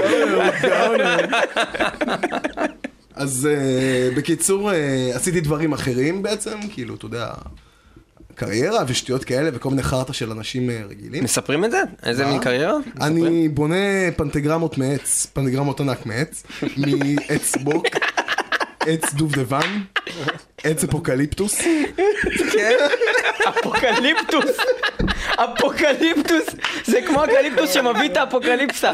אז בקיצור, עשיתי דברים אחרים בעצם, כאילו, אתה יודע, קריירה ושטויות כאלה וכל מיני חרטה של אנשים רגילים. מספרים את זה? איזה מין קריירה? אני בונה פנטגרמות מעץ, פנטגרמות ענק מעץ, מעץ בוק, עץ דובדבן, עץ אפוקליפטוס. כן? אפוקליפטוס, זה כמו אקליפטוס שמביא את האפוקליפסה.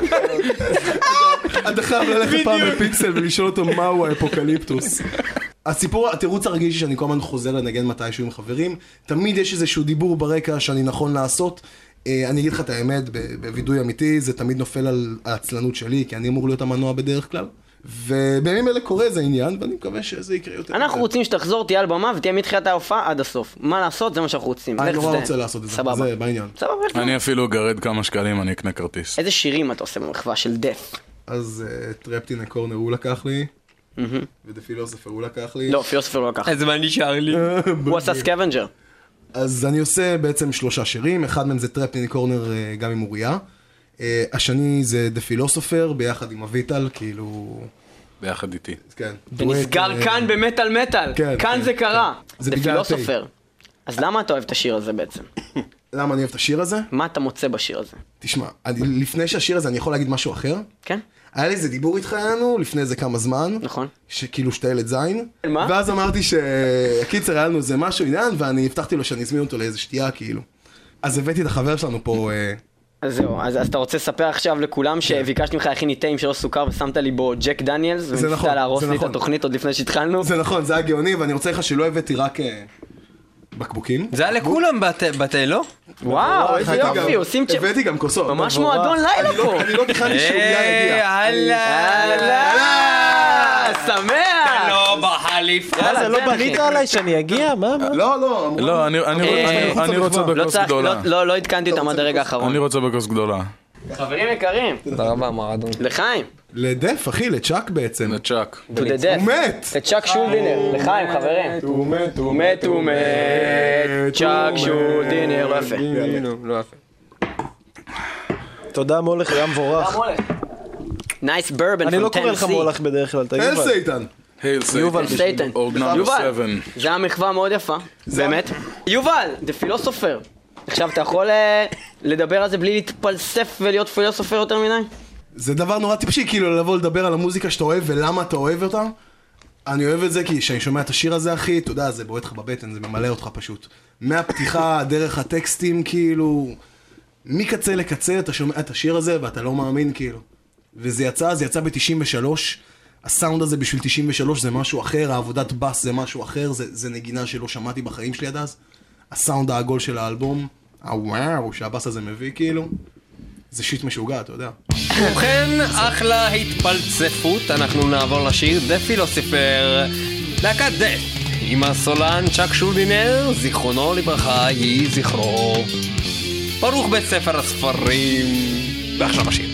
אתה חייב ללכת פעם בפיקסל ולשאול אותו מהו האפוקליפטוס. הסיפור, התירוץ הרגיל שאני כל הזמן חוזר לנגן מתישהו עם חברים, תמיד יש איזשהו דיבור ברקע שאני נכון לעשות. אני אגיד לך את האמת, בווידוי אמיתי, זה תמיד נופל על העצלנות שלי, כי אני אמור להיות המנוע בדרך כלל. ובימים אלה קורה איזה עניין, ואני מקווה שזה יקרה יותר. אנחנו רוצים שתחזור, תהיה על במה ותהיה מתחילת ההופעה עד הסוף. מה לעשות? זה מה שאנחנו רוצים. אני נורא רוצה לעשות את זה, זה בעניין. אני אפילו גרד כמה שקלים, אני אקנה כרטיס. איזה שירים אתה עושה במחווה של דף? אז טרפטין הקורנר הוא לקח לי, ודפילוסופר הוא לקח לי. לא, פילוסופר הוא לקח. אז מה נשאר לי? הוא עשה סקוונג'ר. אז אני עושה בעצם 3 שירים, אחד מהם זה טרפטין הקורנר גם עם אוריה. השני זה דפילוסופר ביחד עם אביטל, כאילו... ביחד איתי. כן. ונסגר כאן במטל מטל. כאן זה קרה. זה פילוסופר. אז למה אתה אוהב את השיר הזה בעצם? למה אני אוהב את השיר הזה? מה אתה מוצא בשיר הזה? תשמע, לפני שהשיר הזה אני יכול להגיד משהו אחר? כן. היה לי איזה דיבור איתך יענו, לפני איזה כמה זמן. נכון. שכאילו שאתה ילד זין. מה? ואז אמרתי שהקיצר היה לנו איזה משהו עניין, ואני הבטחתי לו שאני אזמין אותו לאיזה שתייה כאילו. אז הבאתי את החבר שלנו פה... אז זהו, אז אתה רוצה לספר עכשיו לכולם שביקשתי ממך להכין לי תה עם שלוש סוכר ושמת לי בו ג'ק דניאלס וניסית להרוס לי את התוכנית עוד לפני שהתחלנו. זה נכון, זה היה גאוני ואני רוצה לך שלא הבאתי רק בקבוקים. זה היה לכולם בתה, לא? וואו, איזה יופי, עושים צ'פ. הבאתי גם כוסות. ממש מועדון לילה פה. אני לא תכנתי שאוריה יגיע. הלאה, שמח. לא בחלילה. מעיף. זה לא בנית עליי שאני אגיע? מה? לא, אני רוצה בכוס גדולה. לא עדכנתי אותם עד הרגע האחרון. אני רוצה בכוס גדולה. חברים יקרים. תודה רבה, מרדון. לחיים. לדף, אחי, לצ'אק בעצם. לצ'אק. הוא מת! לצ'אק שולדינר. לחיים, חברים. הוא מת, הוא מת. צ'אק שולדינר. לא יפה. לא יפה. תודה מולך, היה מבורך. נייס ברבן אני לא פון קורא לך טנסי. מולך בדרך כלל, תגיד. אל סייטן! יובל סייטן. יובל, 7. זה היה מחווה מאוד יפה, באמת. יובל, זה פילוסופר. עכשיו אתה יכול לדבר על זה בלי להתפלסף ולהיות פילוסופר יותר מדי? זה דבר נורא טיפשי, כאילו לבוא לדבר על המוזיקה שאתה אוהב ולמה אתה אוהב אותה. אני אוהב את זה כי כשאני שומע את השיר הזה, אחי, אתה יודע, זה בועט לך בבטן, זה ממלא אותך פשוט. מהפתיחה, דרך הטקסטים, כאילו, מקצה לקצה אתה שומע את השיר הזה ואתה לא מאמין, כאילו. וזה יצא ב-93, הסאונד הזה בשביל 93 זה משהו אחר, העבודת בס זה משהו אחר, זה נגינה שלא שמעתי בחיים שלי עד אז. הסאונד העגול של האלבום, הוואו, שהבס הזה מביא, כאילו, זה שיט משוגע, אתה יודע. ובכן, אחלה התפלצפות, אנחנו נעבור לשיר דה פילוסופר, להקת דף, עם הסולן צ'אק שולדינר, זיכרונו לברכה, יהי זכרו. ברוך בית ספר הספרים, ועכשיו השיר.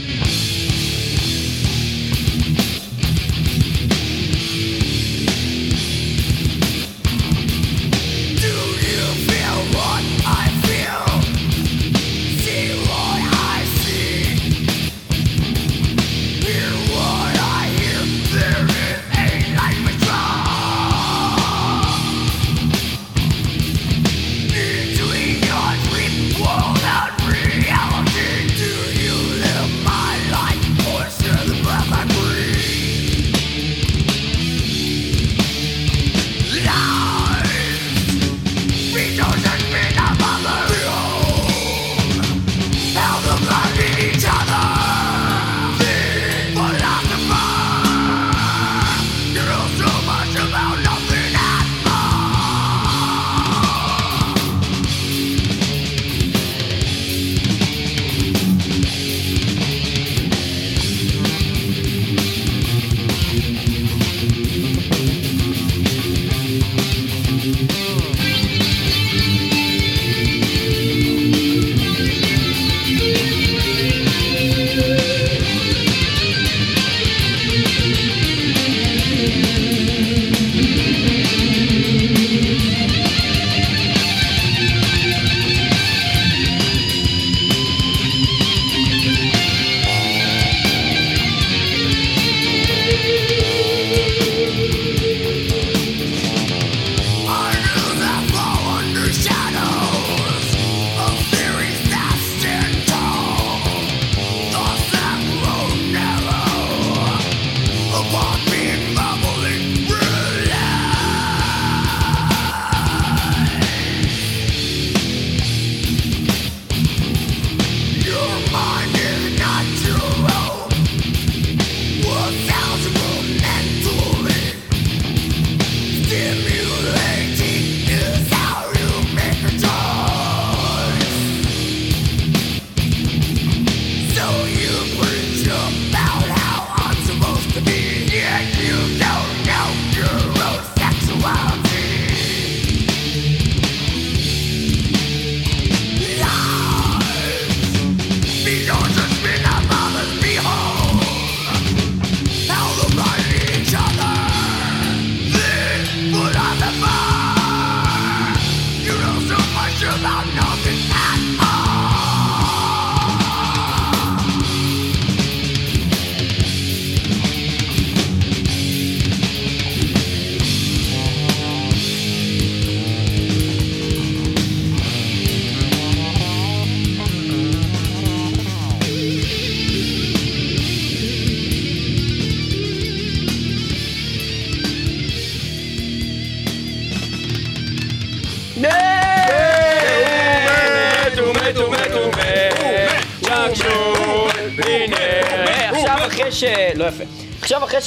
לא יפה. עכשיו אחרי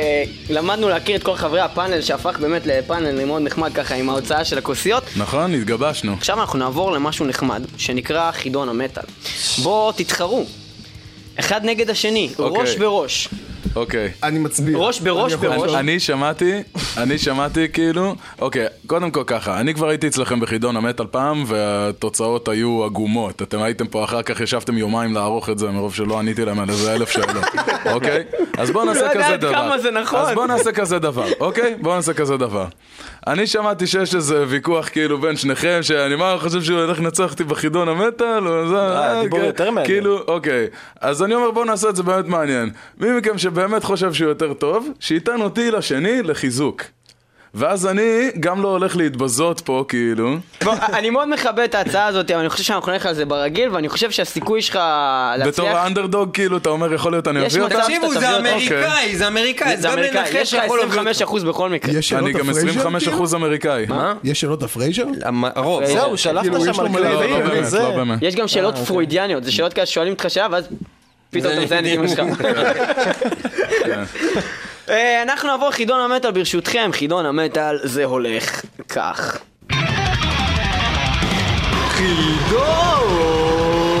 שלמדנו להכיר את כל חברי הפאנל שהפך באמת לפאנל מאוד נחמד ככה עם ההוצאה של הכוסיות. נכון, התגבשנו. עכשיו אנחנו נעבור למשהו נחמד שנקרא חידון המטל. בואו תתחרו. אחד נגד השני, ראש בראש. אוקיי. אני מצביע. ראש בראש. אני שמעתי כאילו, אוקיי, קודם כל ככה, אני כבר הייתי אצלכם בחידון המטל פעם, והתוצאות היו עגומות. אתם הייתם פה אחר כך, ישבתם יומיים לערוך את זה, מרוב שלא עניתי להם על איזה 1,000 שאלות, אוקיי? אז בואו נעשה כזה דבר. כמה זה נכון. אז בואו נעשה כזה דבר, אוקיי? בואו נעשה כזה דבר. אני שמעתי שיש איזה ויכוח כאילו בין שניכם, שאני מה חושב שהוא הולך לנצח אותי בחידון המטל, או זה, דיבור יותר מעניין. כאילו, אוקיי. אז אני אומר, בואו נעשה את זה באמת מעניין. מי מכם שבאמת חושב שהוא יותר טוב, שייתן אותי לשני לחיזוק. ואז אני גם לא הולך להתבזות פה, כאילו. אני מאוד מכבד את ההצעה הזאת, אבל אני חושב שאנחנו נלך על זה ברגיל, ואני חושב שהסיכוי שלך להצליח... בתור האנדרדוג, כאילו, אתה אומר, יכול להיות, אני אביא אותה? תקשיבו, זה אמריקאי, זה אמריקאי. זה אמריקאי, יש לך 25% בכל מקרה. אני גם 25% אמריקאי. מה? יש שאלות הפרייזר? הרוב. זהו, שלחת שם על כלבים. לא באמת. יש גם שאלות פרוידיאניות, זה שאלות כאלה שואלים אותך שאלה, ואז פתאום אתה מזיין את אמא שלך. אנחנו נעבור חידון המטל ברשותכם. חידון המטל זה הולך כך. חידון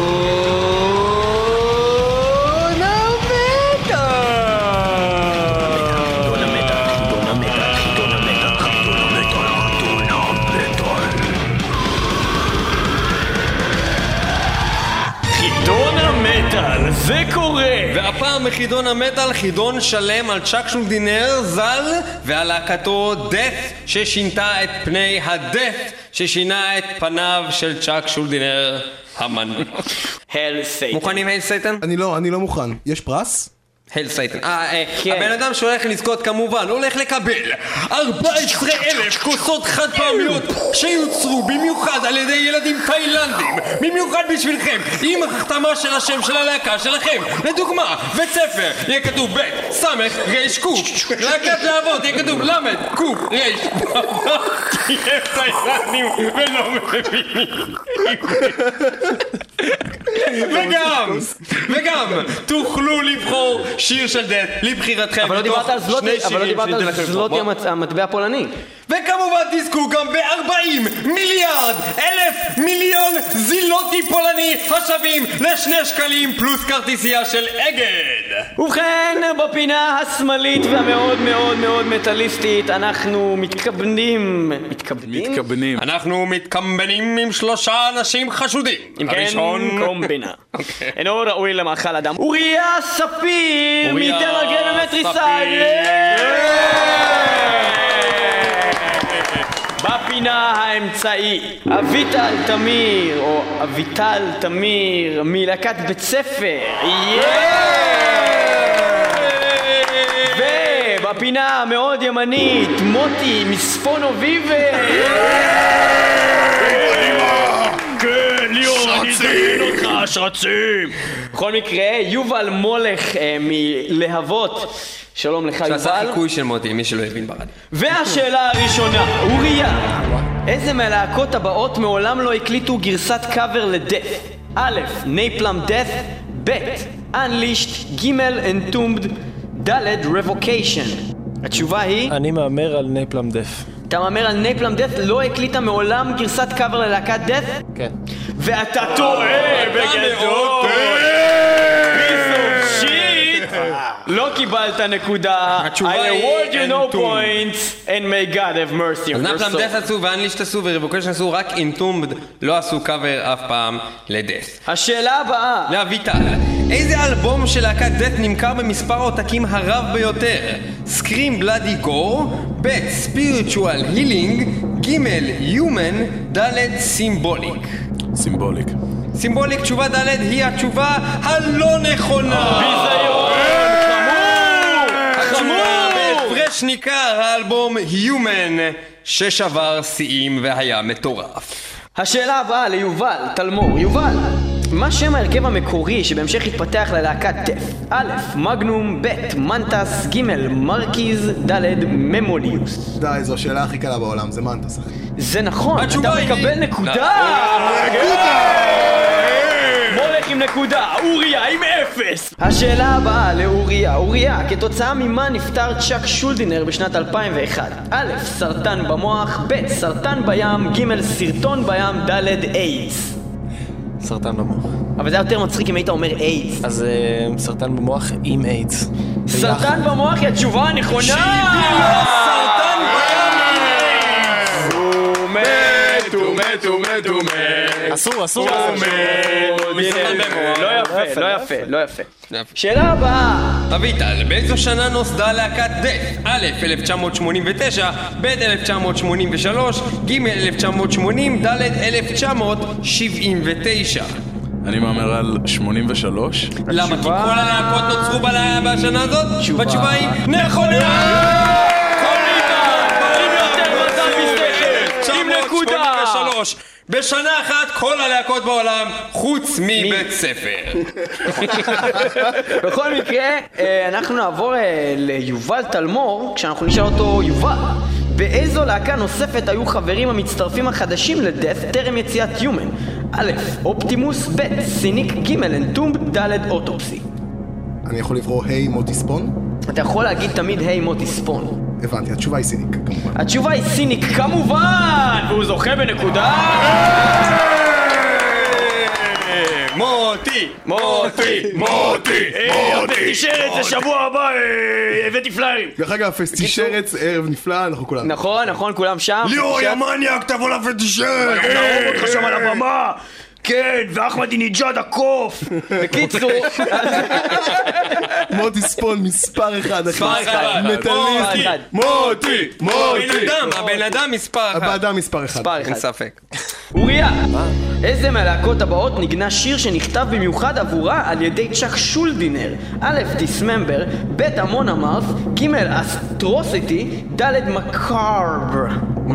המטל, זה קורה. והפעם בחידון המטל, חידון שלם על צ'אק שולדינר ז"ל ועל להקתו דף ששינתה את פני הדף ששינה את פניו של צ'אק שולדינר המנוי. הל סייטן. מוכנים הל סייטן? אני לא מוכן. יש פרס? הל סייטן. הבן אדם שהולך לזכות כמובן הולך לקבל 14,000 כוסות חד פעמיות שיוצרו במיוחד על ידי ילדים תאילנדים, במיוחד בשבילכם, עם החתמה של השם של הלהקה שלכם. לדוגמה, בית ספר יהיה כתוב בית סמך רש קוף, להקת להבות יהיה כתוב למד קוף רש. תהיה תאילנדים ולא מבינים. וגם תוכלו לבחור שיר של דאט לבחירתכם. אבל לא דיברת על זלוטי המטבע הפולני. וכמובן תזכו גם ב-40 מיליון זילוטי פולני השווים ל2 שקלים פלוס כרטיסייה של אגד. ובכן, בפינה השמאלית והמאוד מאוד מאוד מטליסטית אנחנו מתכוונים אנחנו מתקמבנים עם 3 אנשים חשודים. אם כן, קומבינה אינו ראוי למאכל אדם. אוריה ספיר מתל ומטריסייד. בפינה האמצעי אביטל תמיר או אביטל תמיר מלהקת בית ספר. ובפינה המאוד ימנית מוטי מספונו ויבה. כן, ליאור, אני אזמין אותך, שרצים. בכל מקרה, יובל מולך מלהבות. שלום לך, יובל. שעשה חיקוי של מוטי, מי שלא הבין ברדיו. והשאלה הראשונה, אוריה, איזה מהלהקות הבאות מעולם לא הקליטו גרסת קאבר לדף? א', נייפלם דף, ב', Unleashed, ג', Entombed, ד', Revocation. התשובה היא? אני מאמר על נייפלם דף. אתה מאמר על נייפלם דף לא הקליטה מעולם גרסת קאבר ללהקת דף? כן. ואתה טועה בגדול! לא קיבלת נקודה. התשובה I היא award you no Entombed. points and may God have mercy on your נפלם soul. דף עשו ואנלישט עשו ורבוקשן עשו, רק Entombed לא עשו קאבר אף פעם לדף. השאלה הבאה. לאביטל, איזה אלבום של להקת דף נמכר במספר העותקים הרב ביותר? Scream Bloody Gore, ב' Spiritual Healing, ג' Human, ד' Symbolic. סימבוליק, תשובה ד' היא התשובה הלא נכונה. ביזיון! התשובה בהפרש ניכר האלבום Human ששבר שיאים והיה מטורף. השאלה הבאה ליובל, תלמור. יובל, מה שם ההרכב המקורי שבהמשך התפתח ללהקת דף? א', מגנום, ב', מנטס, ג', מרקיז, ד', ממוליוס. די, זו השאלה הכי קלה בעולם, זה מנטס אחי. זה נכון, אתה התשובה היא- מקבל נקודה! מולך עם נקודה, אוריה עם 0! השאלה הבאה לאוריה. אוריה, כתוצאה ממה נפטר צ'אק שולדינר בשנת 2001? א', סרטן במוח, ב', סרטן בים, ג', סרטון בים, ד', איידס. סרטן במוח. אבל זה היה יותר מצחיק אם היית אומר איידס. אז סרטן במוח עם איידס. סרטן במוח היא התשובה הנכונה! סרטן הוא מת. אסור. לא יפה. שאלה הבאה. אביטל, באיזו שנה נוסדה להקת דף? א', 1989, ב', 1983, ג', 1980, ד', 1979. אני מאמר על 83. למה? כי כל הלהקות נוצרו בשנה הזאת? והתשובה היא נכונה! עם נקודה! בשנה אחת כל הלהקות בעולם חוץ מבית ספר. בכל מקרה, אנחנו נעבור ליובל תלמור, כשאנחנו נשאל אותו יובל, באיזו להקה נוספת היו חברים המצטרפים החדשים לדף טרם יציאת יומן? א', אופטימוס, ב', סיניק, ג', אנטומב, ד', אוטופסי. אני יכול לברוא היי מוטי ספון? אתה יכול להגיד תמיד היי מוטי ספון. הבנתי, התשובה היא סיניק כמובן. התשובה היא סיניק כמובן, והוא זוכה בנקודה. מוטי! הבאתי שרץ לשבוע הבא, הבאתי פליירים. דרך אגב, פסטי שרץ, ערב נפלא, אנחנו כולנו. נכון, כולם שם. ליאור, יא מניאק, תבוא לפסטי שרץ. אנחנו נערוב אותך שם על הבמה. כן, ואחמדינג'אד הקוף. בקיצור, מוטי ספון מספר אחד. מספר אחד. מטליסט. מוטי. הבן אדם מספר אחד. הבאדם מספר אחד. אין ספק. אוריה, איזה מהלהקות הבאות נגנה שיר שנכתב במיוחד עבורה על ידי צ'אק שולדינר? א', דיסממבר, ב', המון אמרס, ג', אסטרוסיטי, ד', מקאבר.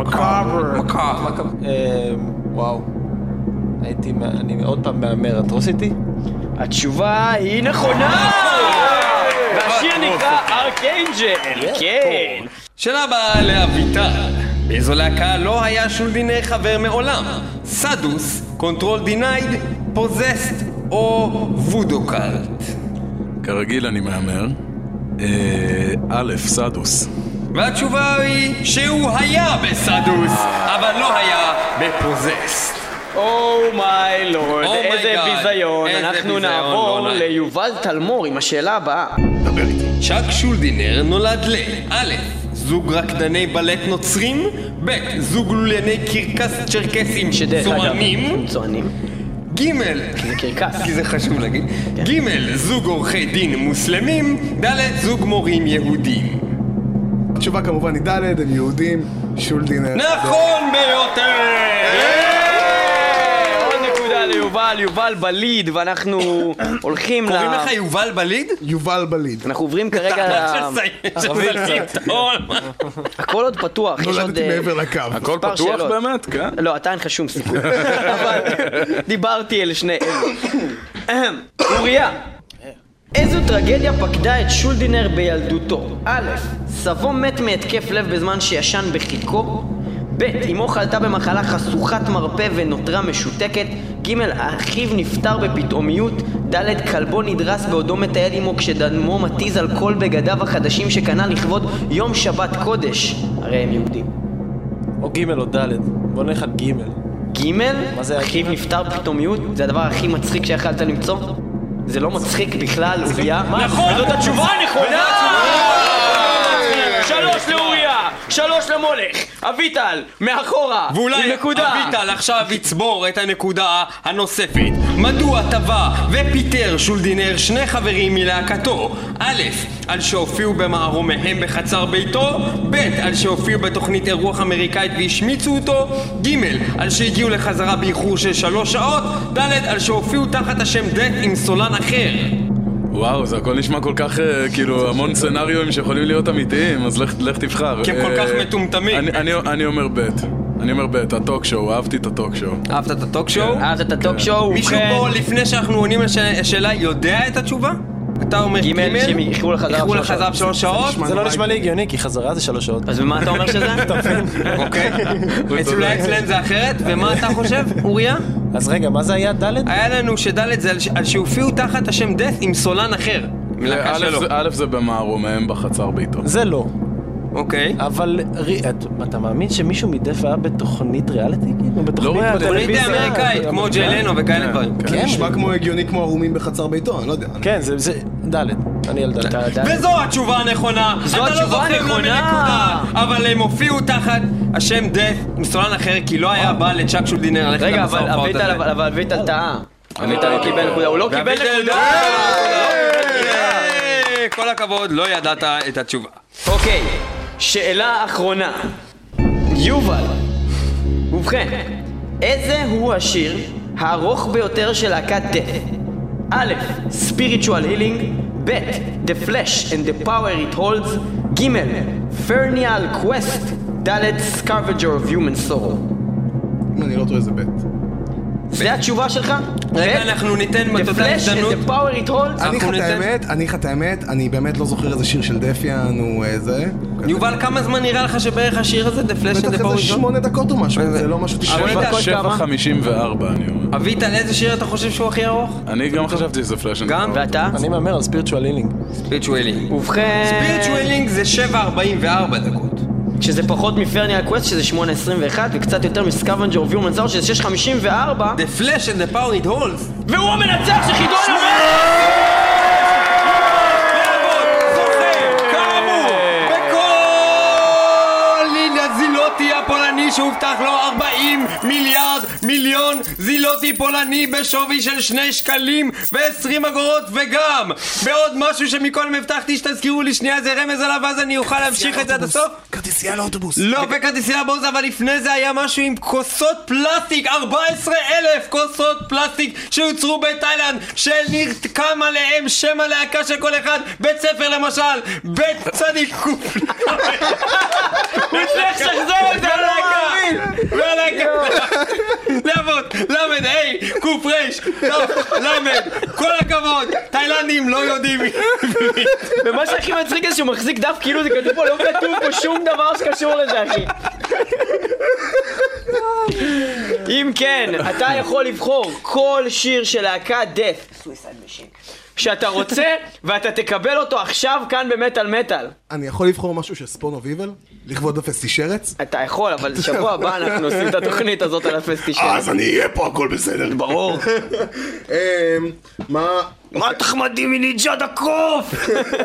וואו. אני עוד פעם מאמר, אטרוסיטי? התשובה היא נכונה! והשיר נקרא ארקיינג'ל, כן. שאלה הבאה לאביטל. באיזו להקה לא היה שולדינר חבר מעולם? סדוס, קונטרול דינייד, פוזסט או וודוקלט? כרגיל אני מאמר. א', סדוס. והתשובה היא שהוא היה בסדוס, אבל לא היה בפוזסט. מיי לורד, איזה ביזיון. איזה אנחנו ביזיון, נעבור לא ליובל תלמור עם השאלה הבאה. צ'אק שולדינר נולד א', זוג רקדני בלט נוצרים, ב', זוג לולייני קרקס צ'רקסים צוענים, ג', זה קרקס, כי זה חשוב להגיד, ג', זוג עורכי דין מוסלמים, ד', זוג מורים יהודים. התשובה כמובן היא ד', הם יהודים, שולדינר. נכון ביותר! יובל בליד, ואנחנו הולכים קוראים לך יובל בליד? יובל בליד. אנחנו עוברים כרגע הכל עוד פתוח. נולדתי מעבר לקו. הכל פתוח באמת, כן? לא, אתה אין לך שום סיכוי. אבל דיברתי אל שני אלה. אוריה, איזו טרגדיה פקדה את שולדינר בילדותו? א', סבו מת מהתקף לב בזמן שישן בחיקו, ב', אמו חלתה במחלה חשוכת מרפא ונותרה משותקת, ג', אחיו נפטר בפתאומיות, ד', כלבו נדרס בעודו מטייל עמו כשדמו מתיז על כל בגדיו החדשים שקנה לכבוד יום שבת קודש. הרי הם יהודים. או ג' או ד', בוא נלך על ג'. ג', אחיו נפטר בפתאומיות, זה הדבר הכי מצחיק שיכלת למצוא? זה לא מצחיק בכלל, אוריה. נכון! זאת התשובה הנכונה! 3 לאוריה, 3 למולך, אביטל, מאחורה, ואולי אביטל עכשיו יצבור את הנקודה הנוספת. מדוע טבע ופיטר שולדינר שני חברים מלהקתו? א', על שהופיעו במערומיהם בחצר ביתו, ב', על שהופיעו בתוכנית אירוח אמריקאית והשמיצו אותו, ג', על שהגיעו לחזרה באיחור של 3 שעות, ד', על שהופיעו תחת השם דף עם סולן אחר. וואו, זה הכל נשמע כל כך, כאילו, המון סצנריונים שיכולים להיות אמיתיים, אז לך תבחר. כי הם כל כך מטומטמים. אני אומר ב', הטוק שואו, אהבתי את הטוק שואו. אהבת את הטוק שואו? אהבת את הטוק שואו? מישהו פה, לפני שאנחנו עונים על השאלה, יודע את התשובה? אתה אומר ג' שהם איחרו לחזרה ב3 שעות? זה לא נשמע לי הגיוני, כי חזרה זה 3 שעות. אז במה אתה אומר שזה? אוקיי. אצלו אצלם זה אחרת, ומה אתה חושב, אוריה? אז רגע, מה זה היה ד'? היה לנו שד' זה על שהופיעו תחת השם דף עם סולן אחר. א' זה במערומיהם בחצר ביתו. זה לא. אוקיי. אבל אתה מאמין שמישהו מדף היה בתוכנית ריאליטי? לא ריאליטי. תוכנית אמריקאית, כמו ג'לנו וכאלה דברים. זה נשמע כמו הגיוני כמו ערומים בחצר ביתו, אני לא יודע. כן, זה ד'. אני אלדד. וזו התשובה הנכונה. זו התשובה הנכונה. אבל הם הופיעו תחת השם דף עם סולן אחר, כי לא היה בא לצ'אק שולדינר ללכת רגע, למסע ההופעות הזה. אבל ויטל טעה. ויטל לא קיבל נקודה, הוא לא קיבל נקודה. כל הכבוד, לא ידעת את התשובה. אוקיי, שאלה אחרונה. יובל, ובכן, איזה הוא השיר הארוך ביותר של להקת דף? א', Spiritual Healing, ב', The Flesh and the Power It Holds, ג', Fernial Quest, ד', Scavenger of Human Soul. אם אני לא טועה זה ב'. זה התשובה שלך? רגע, אנחנו ניתן The בתודה Flash הזדמנות. and the Power It Holds? אני לך את האמת, אני באמת לא זוכר איזה שיר של דפיאן הוא איזה. יובל, כמה זמן נראה לך שבערך השיר הזה, The Flash and the בטח Power איזה It Holds? 8 דקות או משהו, זה לא משהו 7:54 אני אומר. אביטל, איזה שיר אתה חושב שהוא הכי ארוך? אני גם חשבתי שזה פלאש. גם? ואתה? אני מאמר על ספיריטואל הילינג. ספיריטואלינג. ובכן... ספיריטואלינג זה 7:44 דקות. שזה פחות מפרניאל קווסט שזה 8:21 וקצת יותר מסקוונג'ר אוף יומן סאור שזה 6:54 The Flash and the Power It Holds. והוא המנצח של חידון זילוטי הפולני שהובטח לו 40 מיליון זילוטי פולני בשווי של 2 שקלים ו20 אגורות, וגם בעוד משהו שמקודם הבטחתי שתזכירו לי שנייה זה רמז עליו ואז אני אוכל להמשיך את זה עד הסוף. כרטיסייה לאוטובוס. לא בכרטיסייה לאוטובוס, אבל לפני זה היה משהו עם כוסות פלסטיק, 14,000 כוסות פלסטיק שיוצרו בתאילנד שנרקם עליהם שם הלהקה של כל אחד. בית ספר למשל, בית צדיק קוף. הוא צריך שחזור את זה והלהקה לעבוד, למד, היי, קוף רש, טוב, למד, כל הכבוד, תאילנדים לא יודעים. ומה שהכי מצחיק זה שהוא מחזיק דף כאילו זה כתוב פה, לא כתוב פה שום דבר שקשור לזה אחי. אם כן, אתה יכול לבחור כל שיר של להקת דף שאתה רוצה ואתה תקבל אותו עכשיו כאן במטל מטל. אני יכול לבחור משהו של ספון אוף איבל? לכבוד הפסטי שרץ? אתה יכול, אבל שבוע הבא אנחנו עושים את התוכנית הזאת על הפסטי שרץ. אז אני אהיה פה, הכל בסדר. ברור. מה תחמדי מניג'ד הקוף?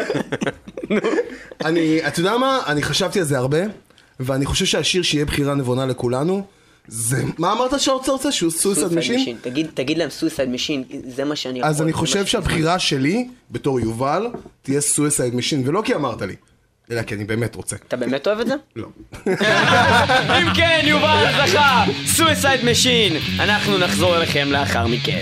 אתה יודע מה? אני חשבתי על זה הרבה, ואני חושב שהשיר שיהיה בחירה נבונה לכולנו זה... מה אמרת שהאוצר רוצה? שהוא סויסייד משין? תגיד להם סויסייד משין, זה מה שאני יכול. אז אני חושב שהבחירה שלי, בתור יובל, תהיה סויסייד משין, ולא כי אמרת לי, אלא כי אני באמת רוצה. אתה באמת אוהב את זה? לא. אם כן, יובל זכה, סויסייד משין. אנחנו נחזור אליכם לאחר מכן.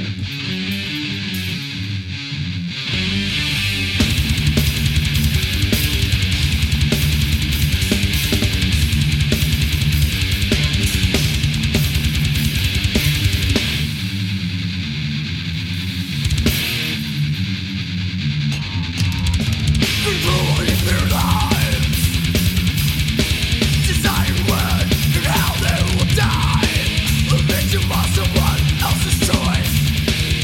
Someone else's choice.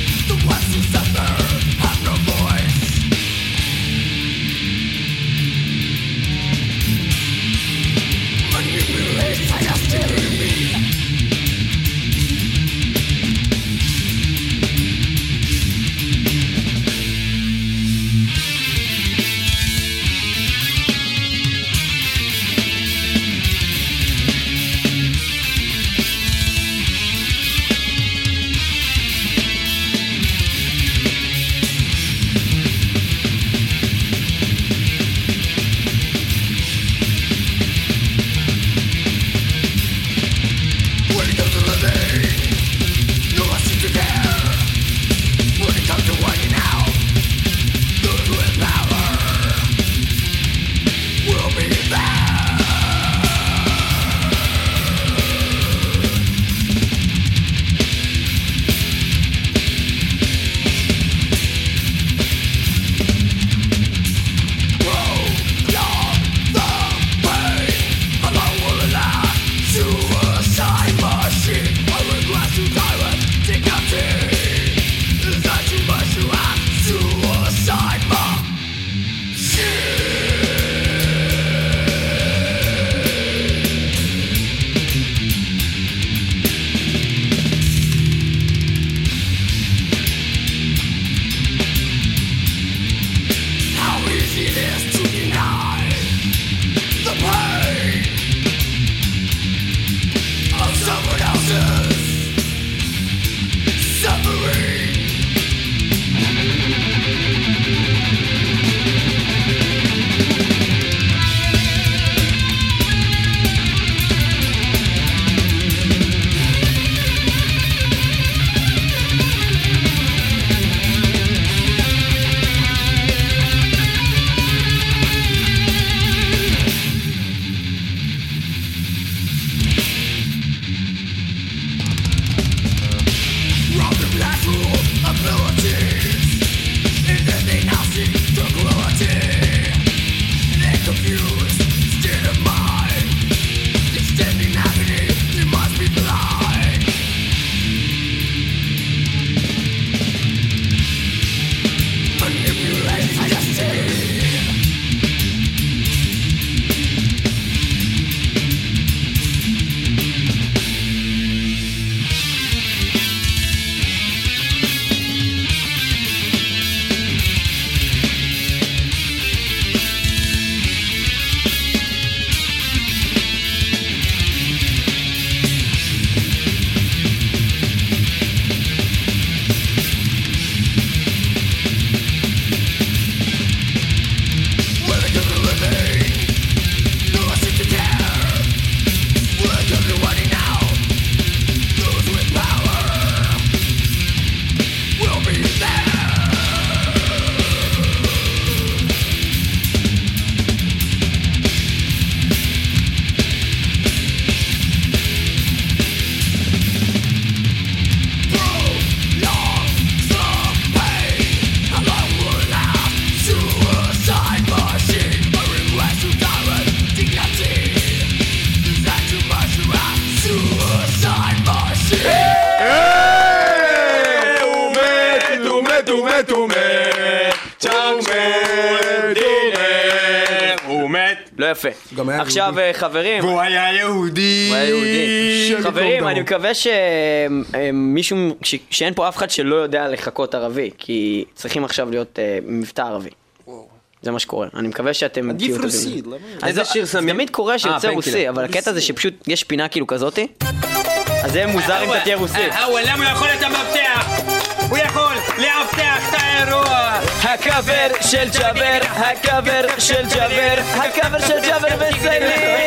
לא יפה. עכשיו חברים. והוא היה יהודי. חברים, אני מקווה שמישהו, שאין פה אף אחד שלא יודע לחכות ערבי, כי צריכים עכשיו להיות מבטא ערבי. זה מה שקורה. אני מקווה שאתם... עדיף רוסי. איזה שיר שמים? תמיד קורה שיוצא רוסי, אבל הקטע זה שפשוט יש פינה כאילו כזאתי, אז זה מוזר אם אתה תהיה רוסי. למה הוא יכול את המבטח? הוא יכול לאבטח את האירוע. הקאבר של ג'אבר, הקאבר של ג'אבר, הקאבר של ג'אבר וסיילי.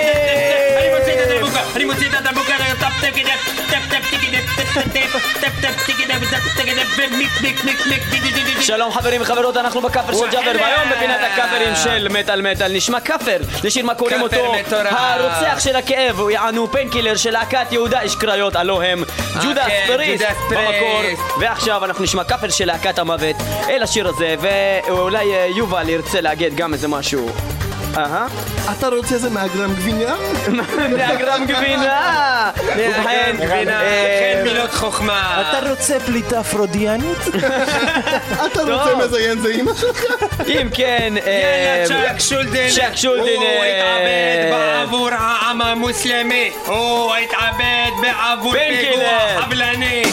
אני מוציא את הדבוקה, שלום חברים וחברות, אנחנו בקאפר של ג'אבר, והיום בפינת הקאפרים של מטל מטל נשמע קאפר לשיר מה קוראים אותו הרוצח של הכאב, הוא יענו פיינקילר של להקת יהודה איש קריות, הלא הם ג'ודס פריסט במקור. ועכשיו אנחנו נשמע קאפר של להקת המוות אל השיר הזה, ואולי יובל ירצה להגיד גם איזה משהו. אתה רוצה איזה מהגרם גבינה? מהגרם גבינה! כן, מילות חוכמה. אתה רוצה פליטה אפרודיאנית? אתה רוצה מזיין זה אמא שלך? אם כן... צ'ק שולדן הוא התעבד בעבור העם המוסלמי, הוא התעבד בעבור פיגוע חבלני.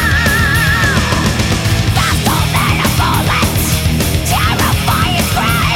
Terrifying cry.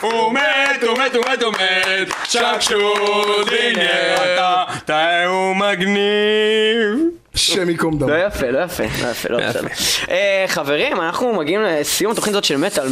הוא מת, צ'אק שולדינר, הוא מגניב. שם יקום דם. לא יפה, לא בסדר. חברים, אנחנו מגיעים לסיום התוכנית הזאת של מטל.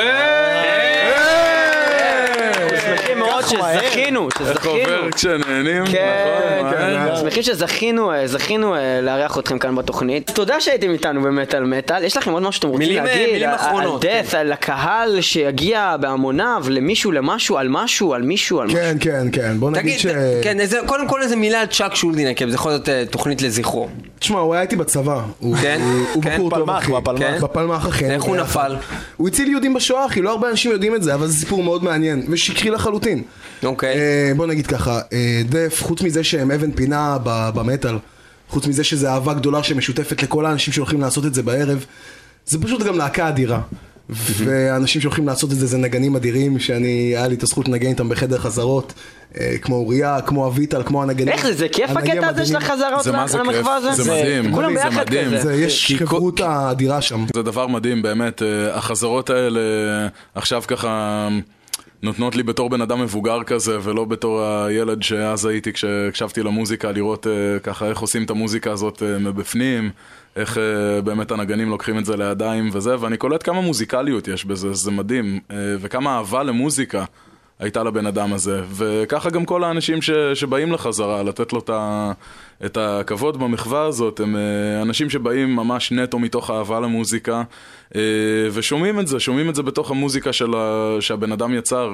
שמחים מאוד שזכינו. איך עובר כשנהנים? שמחים שזכינו לארח אתכם כאן בתוכנית. תודה שהייתם איתנו במטל. יש לכם עוד משהו שאתם רוצים להגיד? על דף, על הקהל שיגיע בהמוניו, למישהו, למשהו, על מישהו. כן, בוא נגיד ש... כן, קודם כל איזה מילה על צ'אק שולדינר, כי זה יכול להיות תוכנית לזכרו. תשמע, הוא היה איתי בצבא. הוא בחור טוב אחי. בפלמח אכן. איך הוא נפל? הוא הציל יהודים בשואה אחי, לא הרבה אנשים יודעים את זה, אבל זה סיפור מאוד מעניין ושקרי לחלוטין. אוקיי. בוא נגיד ככה, דף, חוץ מזה שהם אבן פינה במטל, חוץ מזה שזה אהבה גדולה שמשותפת לכל האנשים שהולכים לעשות את זה בערב, זה פשוט גם להקה אדירה. והאנשים שהולכים לעשות את זה נגנים אדירים, היה לי את הזכות לנגן איתם בחדר חזרות, כמו אוריה, כמו אביטל, כמו הנגנים. איך זה כיף הקטע הזה של החזרות למחווה הזה? זה מדהים, כולם ביחד כזה. יש חברות אדירה שם. זה דבר מדהים באמת, החזרות האלה עכשיו ככה נותנות לי בתור בן אדם מבוגר כזה, ולא בתור הילד שאז הייתי כשהקשבתי למוזיקה, לראות ככה איך עושים את המוזיקה הזאת מבפנים, איך באמת הנגנים לוקחים את זה לידיים וזה, ואני קולט כמה מוזיקליות יש בזה, זה מדהים, וכמה אהבה למוזיקה הייתה לבן אדם הזה, וככה גם כל האנשים שבאים לחזרה, לתת לו את הכבוד במחווה הזאת, הם אנשים שבאים ממש נטו מתוך אהבה למוזיקה, ושומעים את זה בתוך המוזיקה שהבן אדם יצר,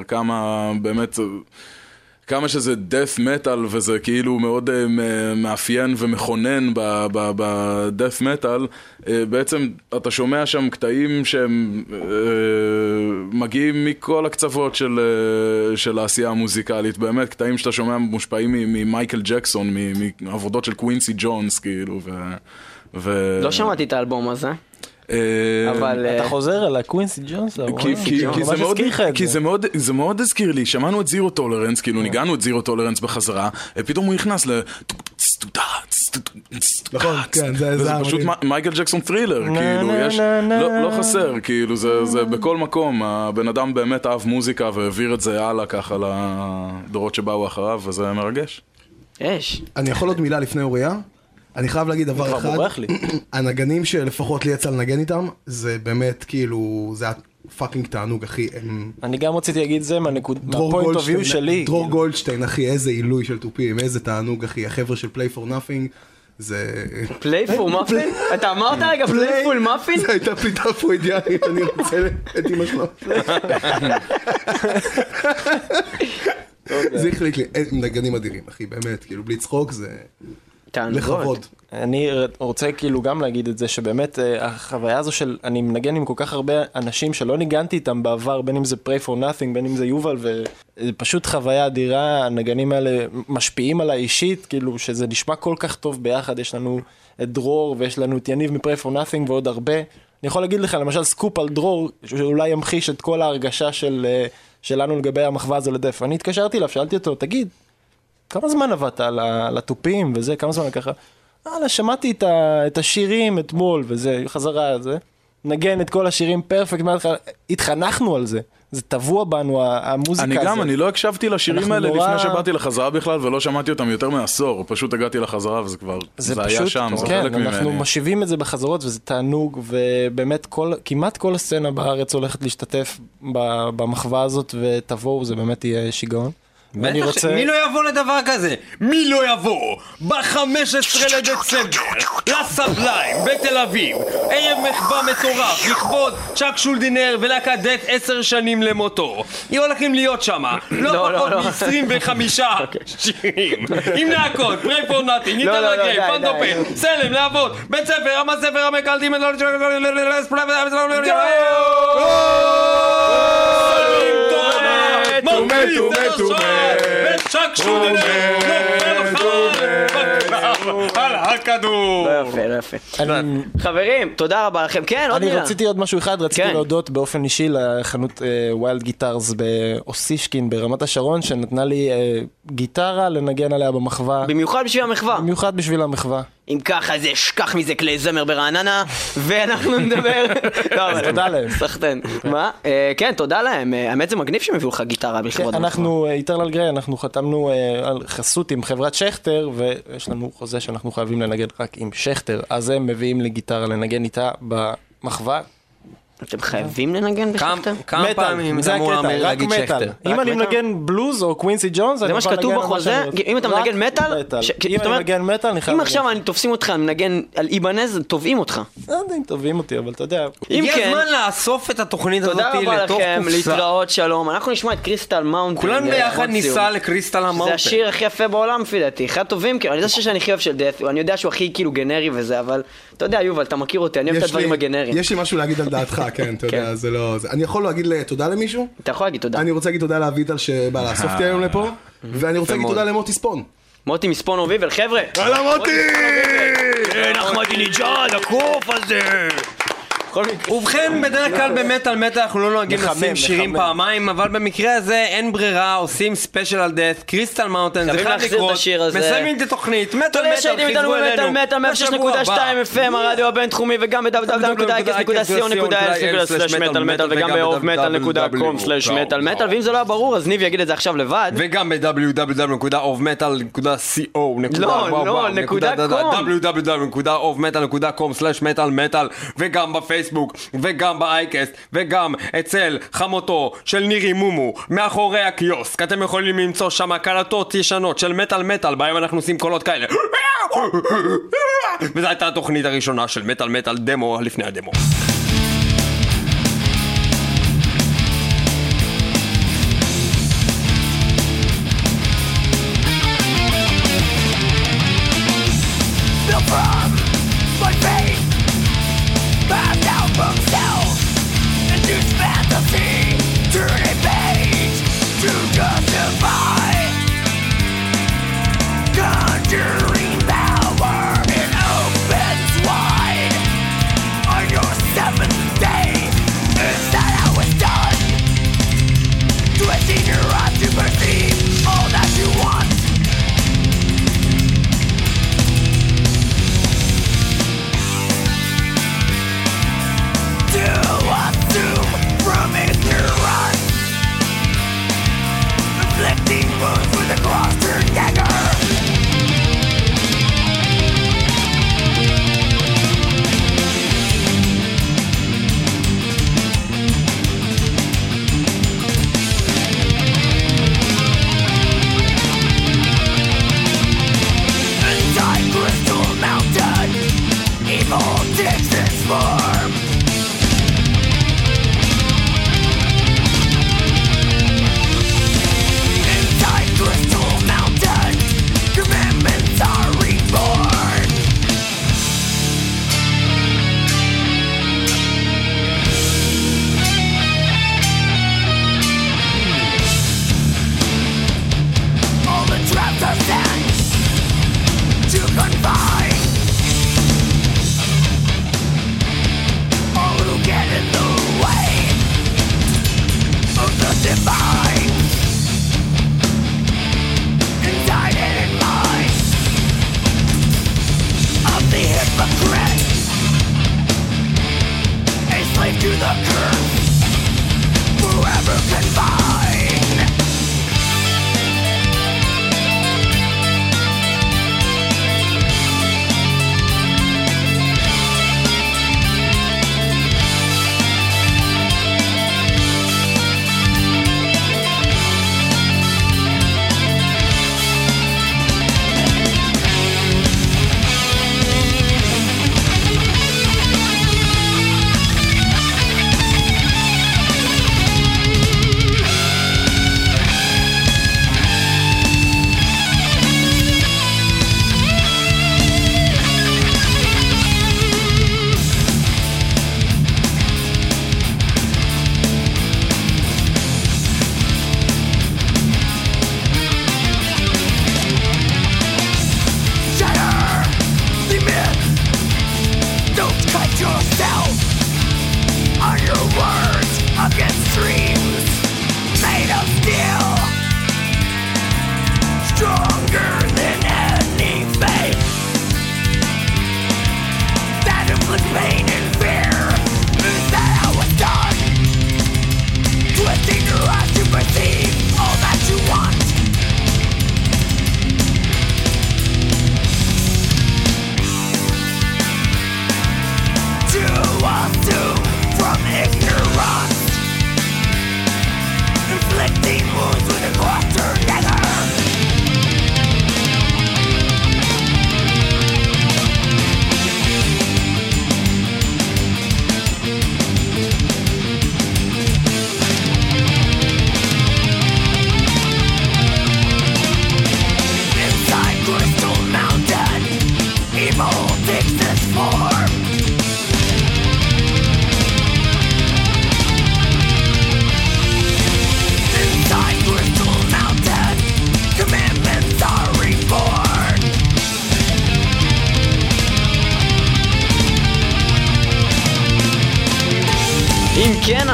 כמה שזה death metal וזה כאילו מאוד מאפיין ומכונן ב-death metal, בעצם אתה שומע שם קטעים שהם מגיעים מכל הקצוות של העשייה המוזיקלית, באמת קטעים שאתה שומע מושפעים ממייקל ג'קסון, מעבודות של קווינסי ג'ונס כאילו. לא שמעתי את האלבום הזה. אבל אתה חוזר על הקווינסי ג'ונס, כי זה מאוד הזכיר לי, שמענו את זירו טולרנס, כאילו ניגענו את זירו טולרנס בחזרה, פתאום הוא נכנס נכון, כן, זה פשוט מייקל ג'קסון ת'רילר, כאילו יש, לא חסר, כאילו זה בכל מקום, הבן אדם באמת אהב מוזיקה והעביר את זה הלאה ככה לדורות שבאו אחריו, וזה מרגש. אני יכול עוד מילה לפני אוריה? אני חייב להגיד דבר אחד, הנגנים שלפחות לי יצא לנגן איתם, זה באמת כאילו, זה הפאקינג תענוג אחי. אני גם רציתי להגיד זה מהפוינט אוף ויו שלי. דרור גולדשטיין אחי, איזה עילוי של טופים, איזה תענוג אחי, החבר'ה של Play for Nothing, זה... Play for Muffin? אתה אמרת רגע Play for Muffin? זה הייתה פליטה פרוידיאנית, אני רוצה את אמא שלו. זה החליק לי, נגנים אדירים אחי, באמת, כאילו בלי צחוק זה... לכבוד. אני רוצה כאילו גם להגיד את זה, שבאמת החוויה הזו של אני מנגן עם כל כך הרבה אנשים שלא ניגנתי איתם בעבר, בין אם זה Pray for Nothing, בין אם זה יובל, וזה פשוט חוויה אדירה, הנגנים האלה משפיעים על האישית, כאילו שזה נשמע כל כך טוב ביחד, יש לנו את דרור ויש לנו את יניב מ-Pray for Nothing ועוד הרבה. אני יכול להגיד לך למשל סקופ על דרור, שאולי ימחיש את כל ההרגשה שלנו לגבי המחווה הזו לדף. אני התקשרתי אליו, שאלתי אותו, תגיד, כמה זמן עבדת על הטופים וזה, כמה זמן ככה? שמעתי את השירים אתמול וזה, חזרה על זה, נגן את כל השירים פרפקט, התחנכנו על זה, זה טבוע בנו, המוזיקה הזאת. אני לא הקשבתי לשירים האלה לפני שבאתי לחזרה בכלל, ולא שמעתי אותם יותר מעשור, פשוט הגעתי לחזרה וזה כבר, זה היה שם, זה חלק ממני. אנחנו משיבים את זה בחזרות וזה תענוג, ובאמת כמעט כל הסצנה בארץ הולכת להשתתף במחווה הזאת, ותבואו, זה באמת יהיה שיגעון. מי לא יבוא לדבר כזה? מי לא יבוא ב-15 לדצמבר לסבליים בתל אביב, ערב מחווה מטורף לכבוד צ'אק שולדינר ולהקת דף 10 שנים למותו. היא הולכים להיות שמה לא פחות מ-25 שירים עם להקות, Pray for Nothing, ניתן לגיים, פנדופן, סלם, להבות, בית ספר, המספר המקלטים וצ'אק שולדינר על הכדור. לא יפה. חברים, תודה רבה לכם. כן, עוד מילה. אני רציתי עוד משהו אחד, רציתי להודות באופן אישי לחנות ווילד גיטרס באוסישקין ברמת השרון, שנתנה לי גיטרה לנגן עליה במחווה. במיוחד בשביל המחווה. במיוחד בשביל המחווה. אם ככה זה שכח מזה כלי זמר ברעננה, ואנחנו נדבר... תודה להם. סחטן. מה? כן, תודה להם. האמת זה מגניב שהם הביאו לך גיטרה בכבוד. אנחנו, איטרנל גריי, אנחנו חתמנו על חסות עם חברת שכטר, ויש לנו חוזה שאנחנו חייבים לנגן רק עם שכטר, אז הם מביאים לי גיטרה לנגן איתה במחווה. אתם חייבים לנגן בשכטר? כמה פעמים זה אמור להגיד שכטר? אם אני מנגן בלוז או קווינסי ג'ונס, זה מה שכתוב בחוזה, אם אתה מנגן מטל, אם אני מנגן מטל, אני חייב... אם עכשיו תופסים אותך, מנגן על איבנז, תובעים אותך. לא יודע אם תובעים אותי, אבל אתה יודע. הגיע הזמן לאסוף את התוכנית הזאת לתוך קופסה. תודה רבה לכם, להתראות, שלום. אנחנו נשמע את קריסטל מאונטן. כולנו ביחד ניסע לקריסטל המאונטן. זה השיר הכי יפה בעולם, לפי דעתי. אחד טובים, אני יודע שאני הכי אוהב של דף, אני יודע שהוא הכי כאילו גנרי וזה, אבל אתה יודע, יובל, אתה מכיר אותי, אני אוהב את הדברים הגנריים. יש לי משהו להגיד על דעתך, כן, אתה יודע, זה לא... אני יכול להגיד תודה למישהו? אתה יכול להגיד תודה. אני רוצה להגיד תודה לאביטל שבא לאסוף אותי היום לפה, ואני רוצה להגיד תודה למוטי ספון. מוטי מספון אוביבל, חבר'ה! יאללה מוטי! אחמדינג'אד, הקוף הזה! ובכן, בדרך כלל במטל אנחנו לא נוהגים לשים שירים פעמיים, אבל במקרה הזה אין ברירה, עושים ספיישל על דאט, קריסטל מאונטן, זה חייב לקרות, מסיימים את התוכנית, מטל חיזבו אלינו, מטל 106.2 FM, הרדיו הבינתחומי, וגם ב-www.icast.co.il/מטל וגם ב-ovmetal.com/מטל, ואם זה לא היה ברור אז ניב יגיד את זה עכשיו לבד, וגם ב-www.ovmetal.co.www.ovmetal.com/מטל וגם בפייסבוק וגם באייקסט וגם אצל חמותו של נירי מומו מאחורי הקיוסק. אתם יכולים למצוא שם קלטות ישנות של מטל בהם אנחנו עושים קולות כאלה וזו הייתה התוכנית הראשונה של מטל דמו לפני הדמו. Conjuring power, it opens wide on your 7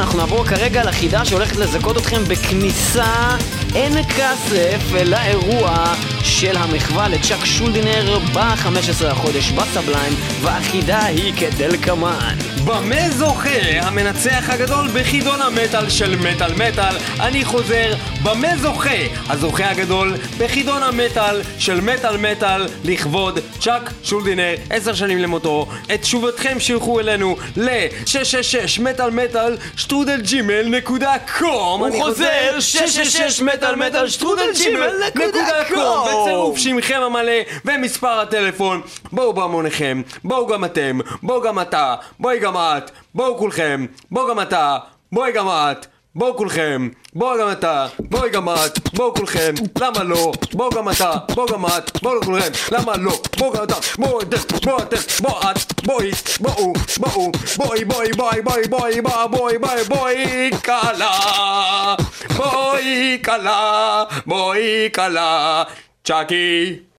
אנחנו נעבור כרגע לחידה שהולכת לזכות אתכם בכניסה אין כסף לאירוע של המחווה לצ'אק שולדינר ב-15 החודש בסבליים, והחידה היא כדלקמן. במה זוכה המנצח הגדול בחידון המטל של מטל מטל? אני חוזר, במה זוכה הזוכה הגדול בחידון המטל של מטל מטל לכבוד צ'אק שולדינר 10 שנים למותו? את תשובתכם שילחו אלינו ל-666 מטל שטרודל gmail.com. הוא חוזר 666 מטל שטרודל gmail.com בצירוף שמכם המלא ומספר הטלפון. בואו בהמוניכם, בואו גם אתם, בואו גם אתה, בואי גם את, בואו כולכם, בואו גם אתה, בואי גם את, בואו כולכם, בואו גם אתה, בואי גם את, בואו כולכם, למה לא? בואו גם אתה, בואו גם את, בואו כולכם, למה לא? בואו גם אתה, בואו אתם, בואו את, בואי, בואו, בואי, בואי, קלה, בואי קלה, צ'אקי.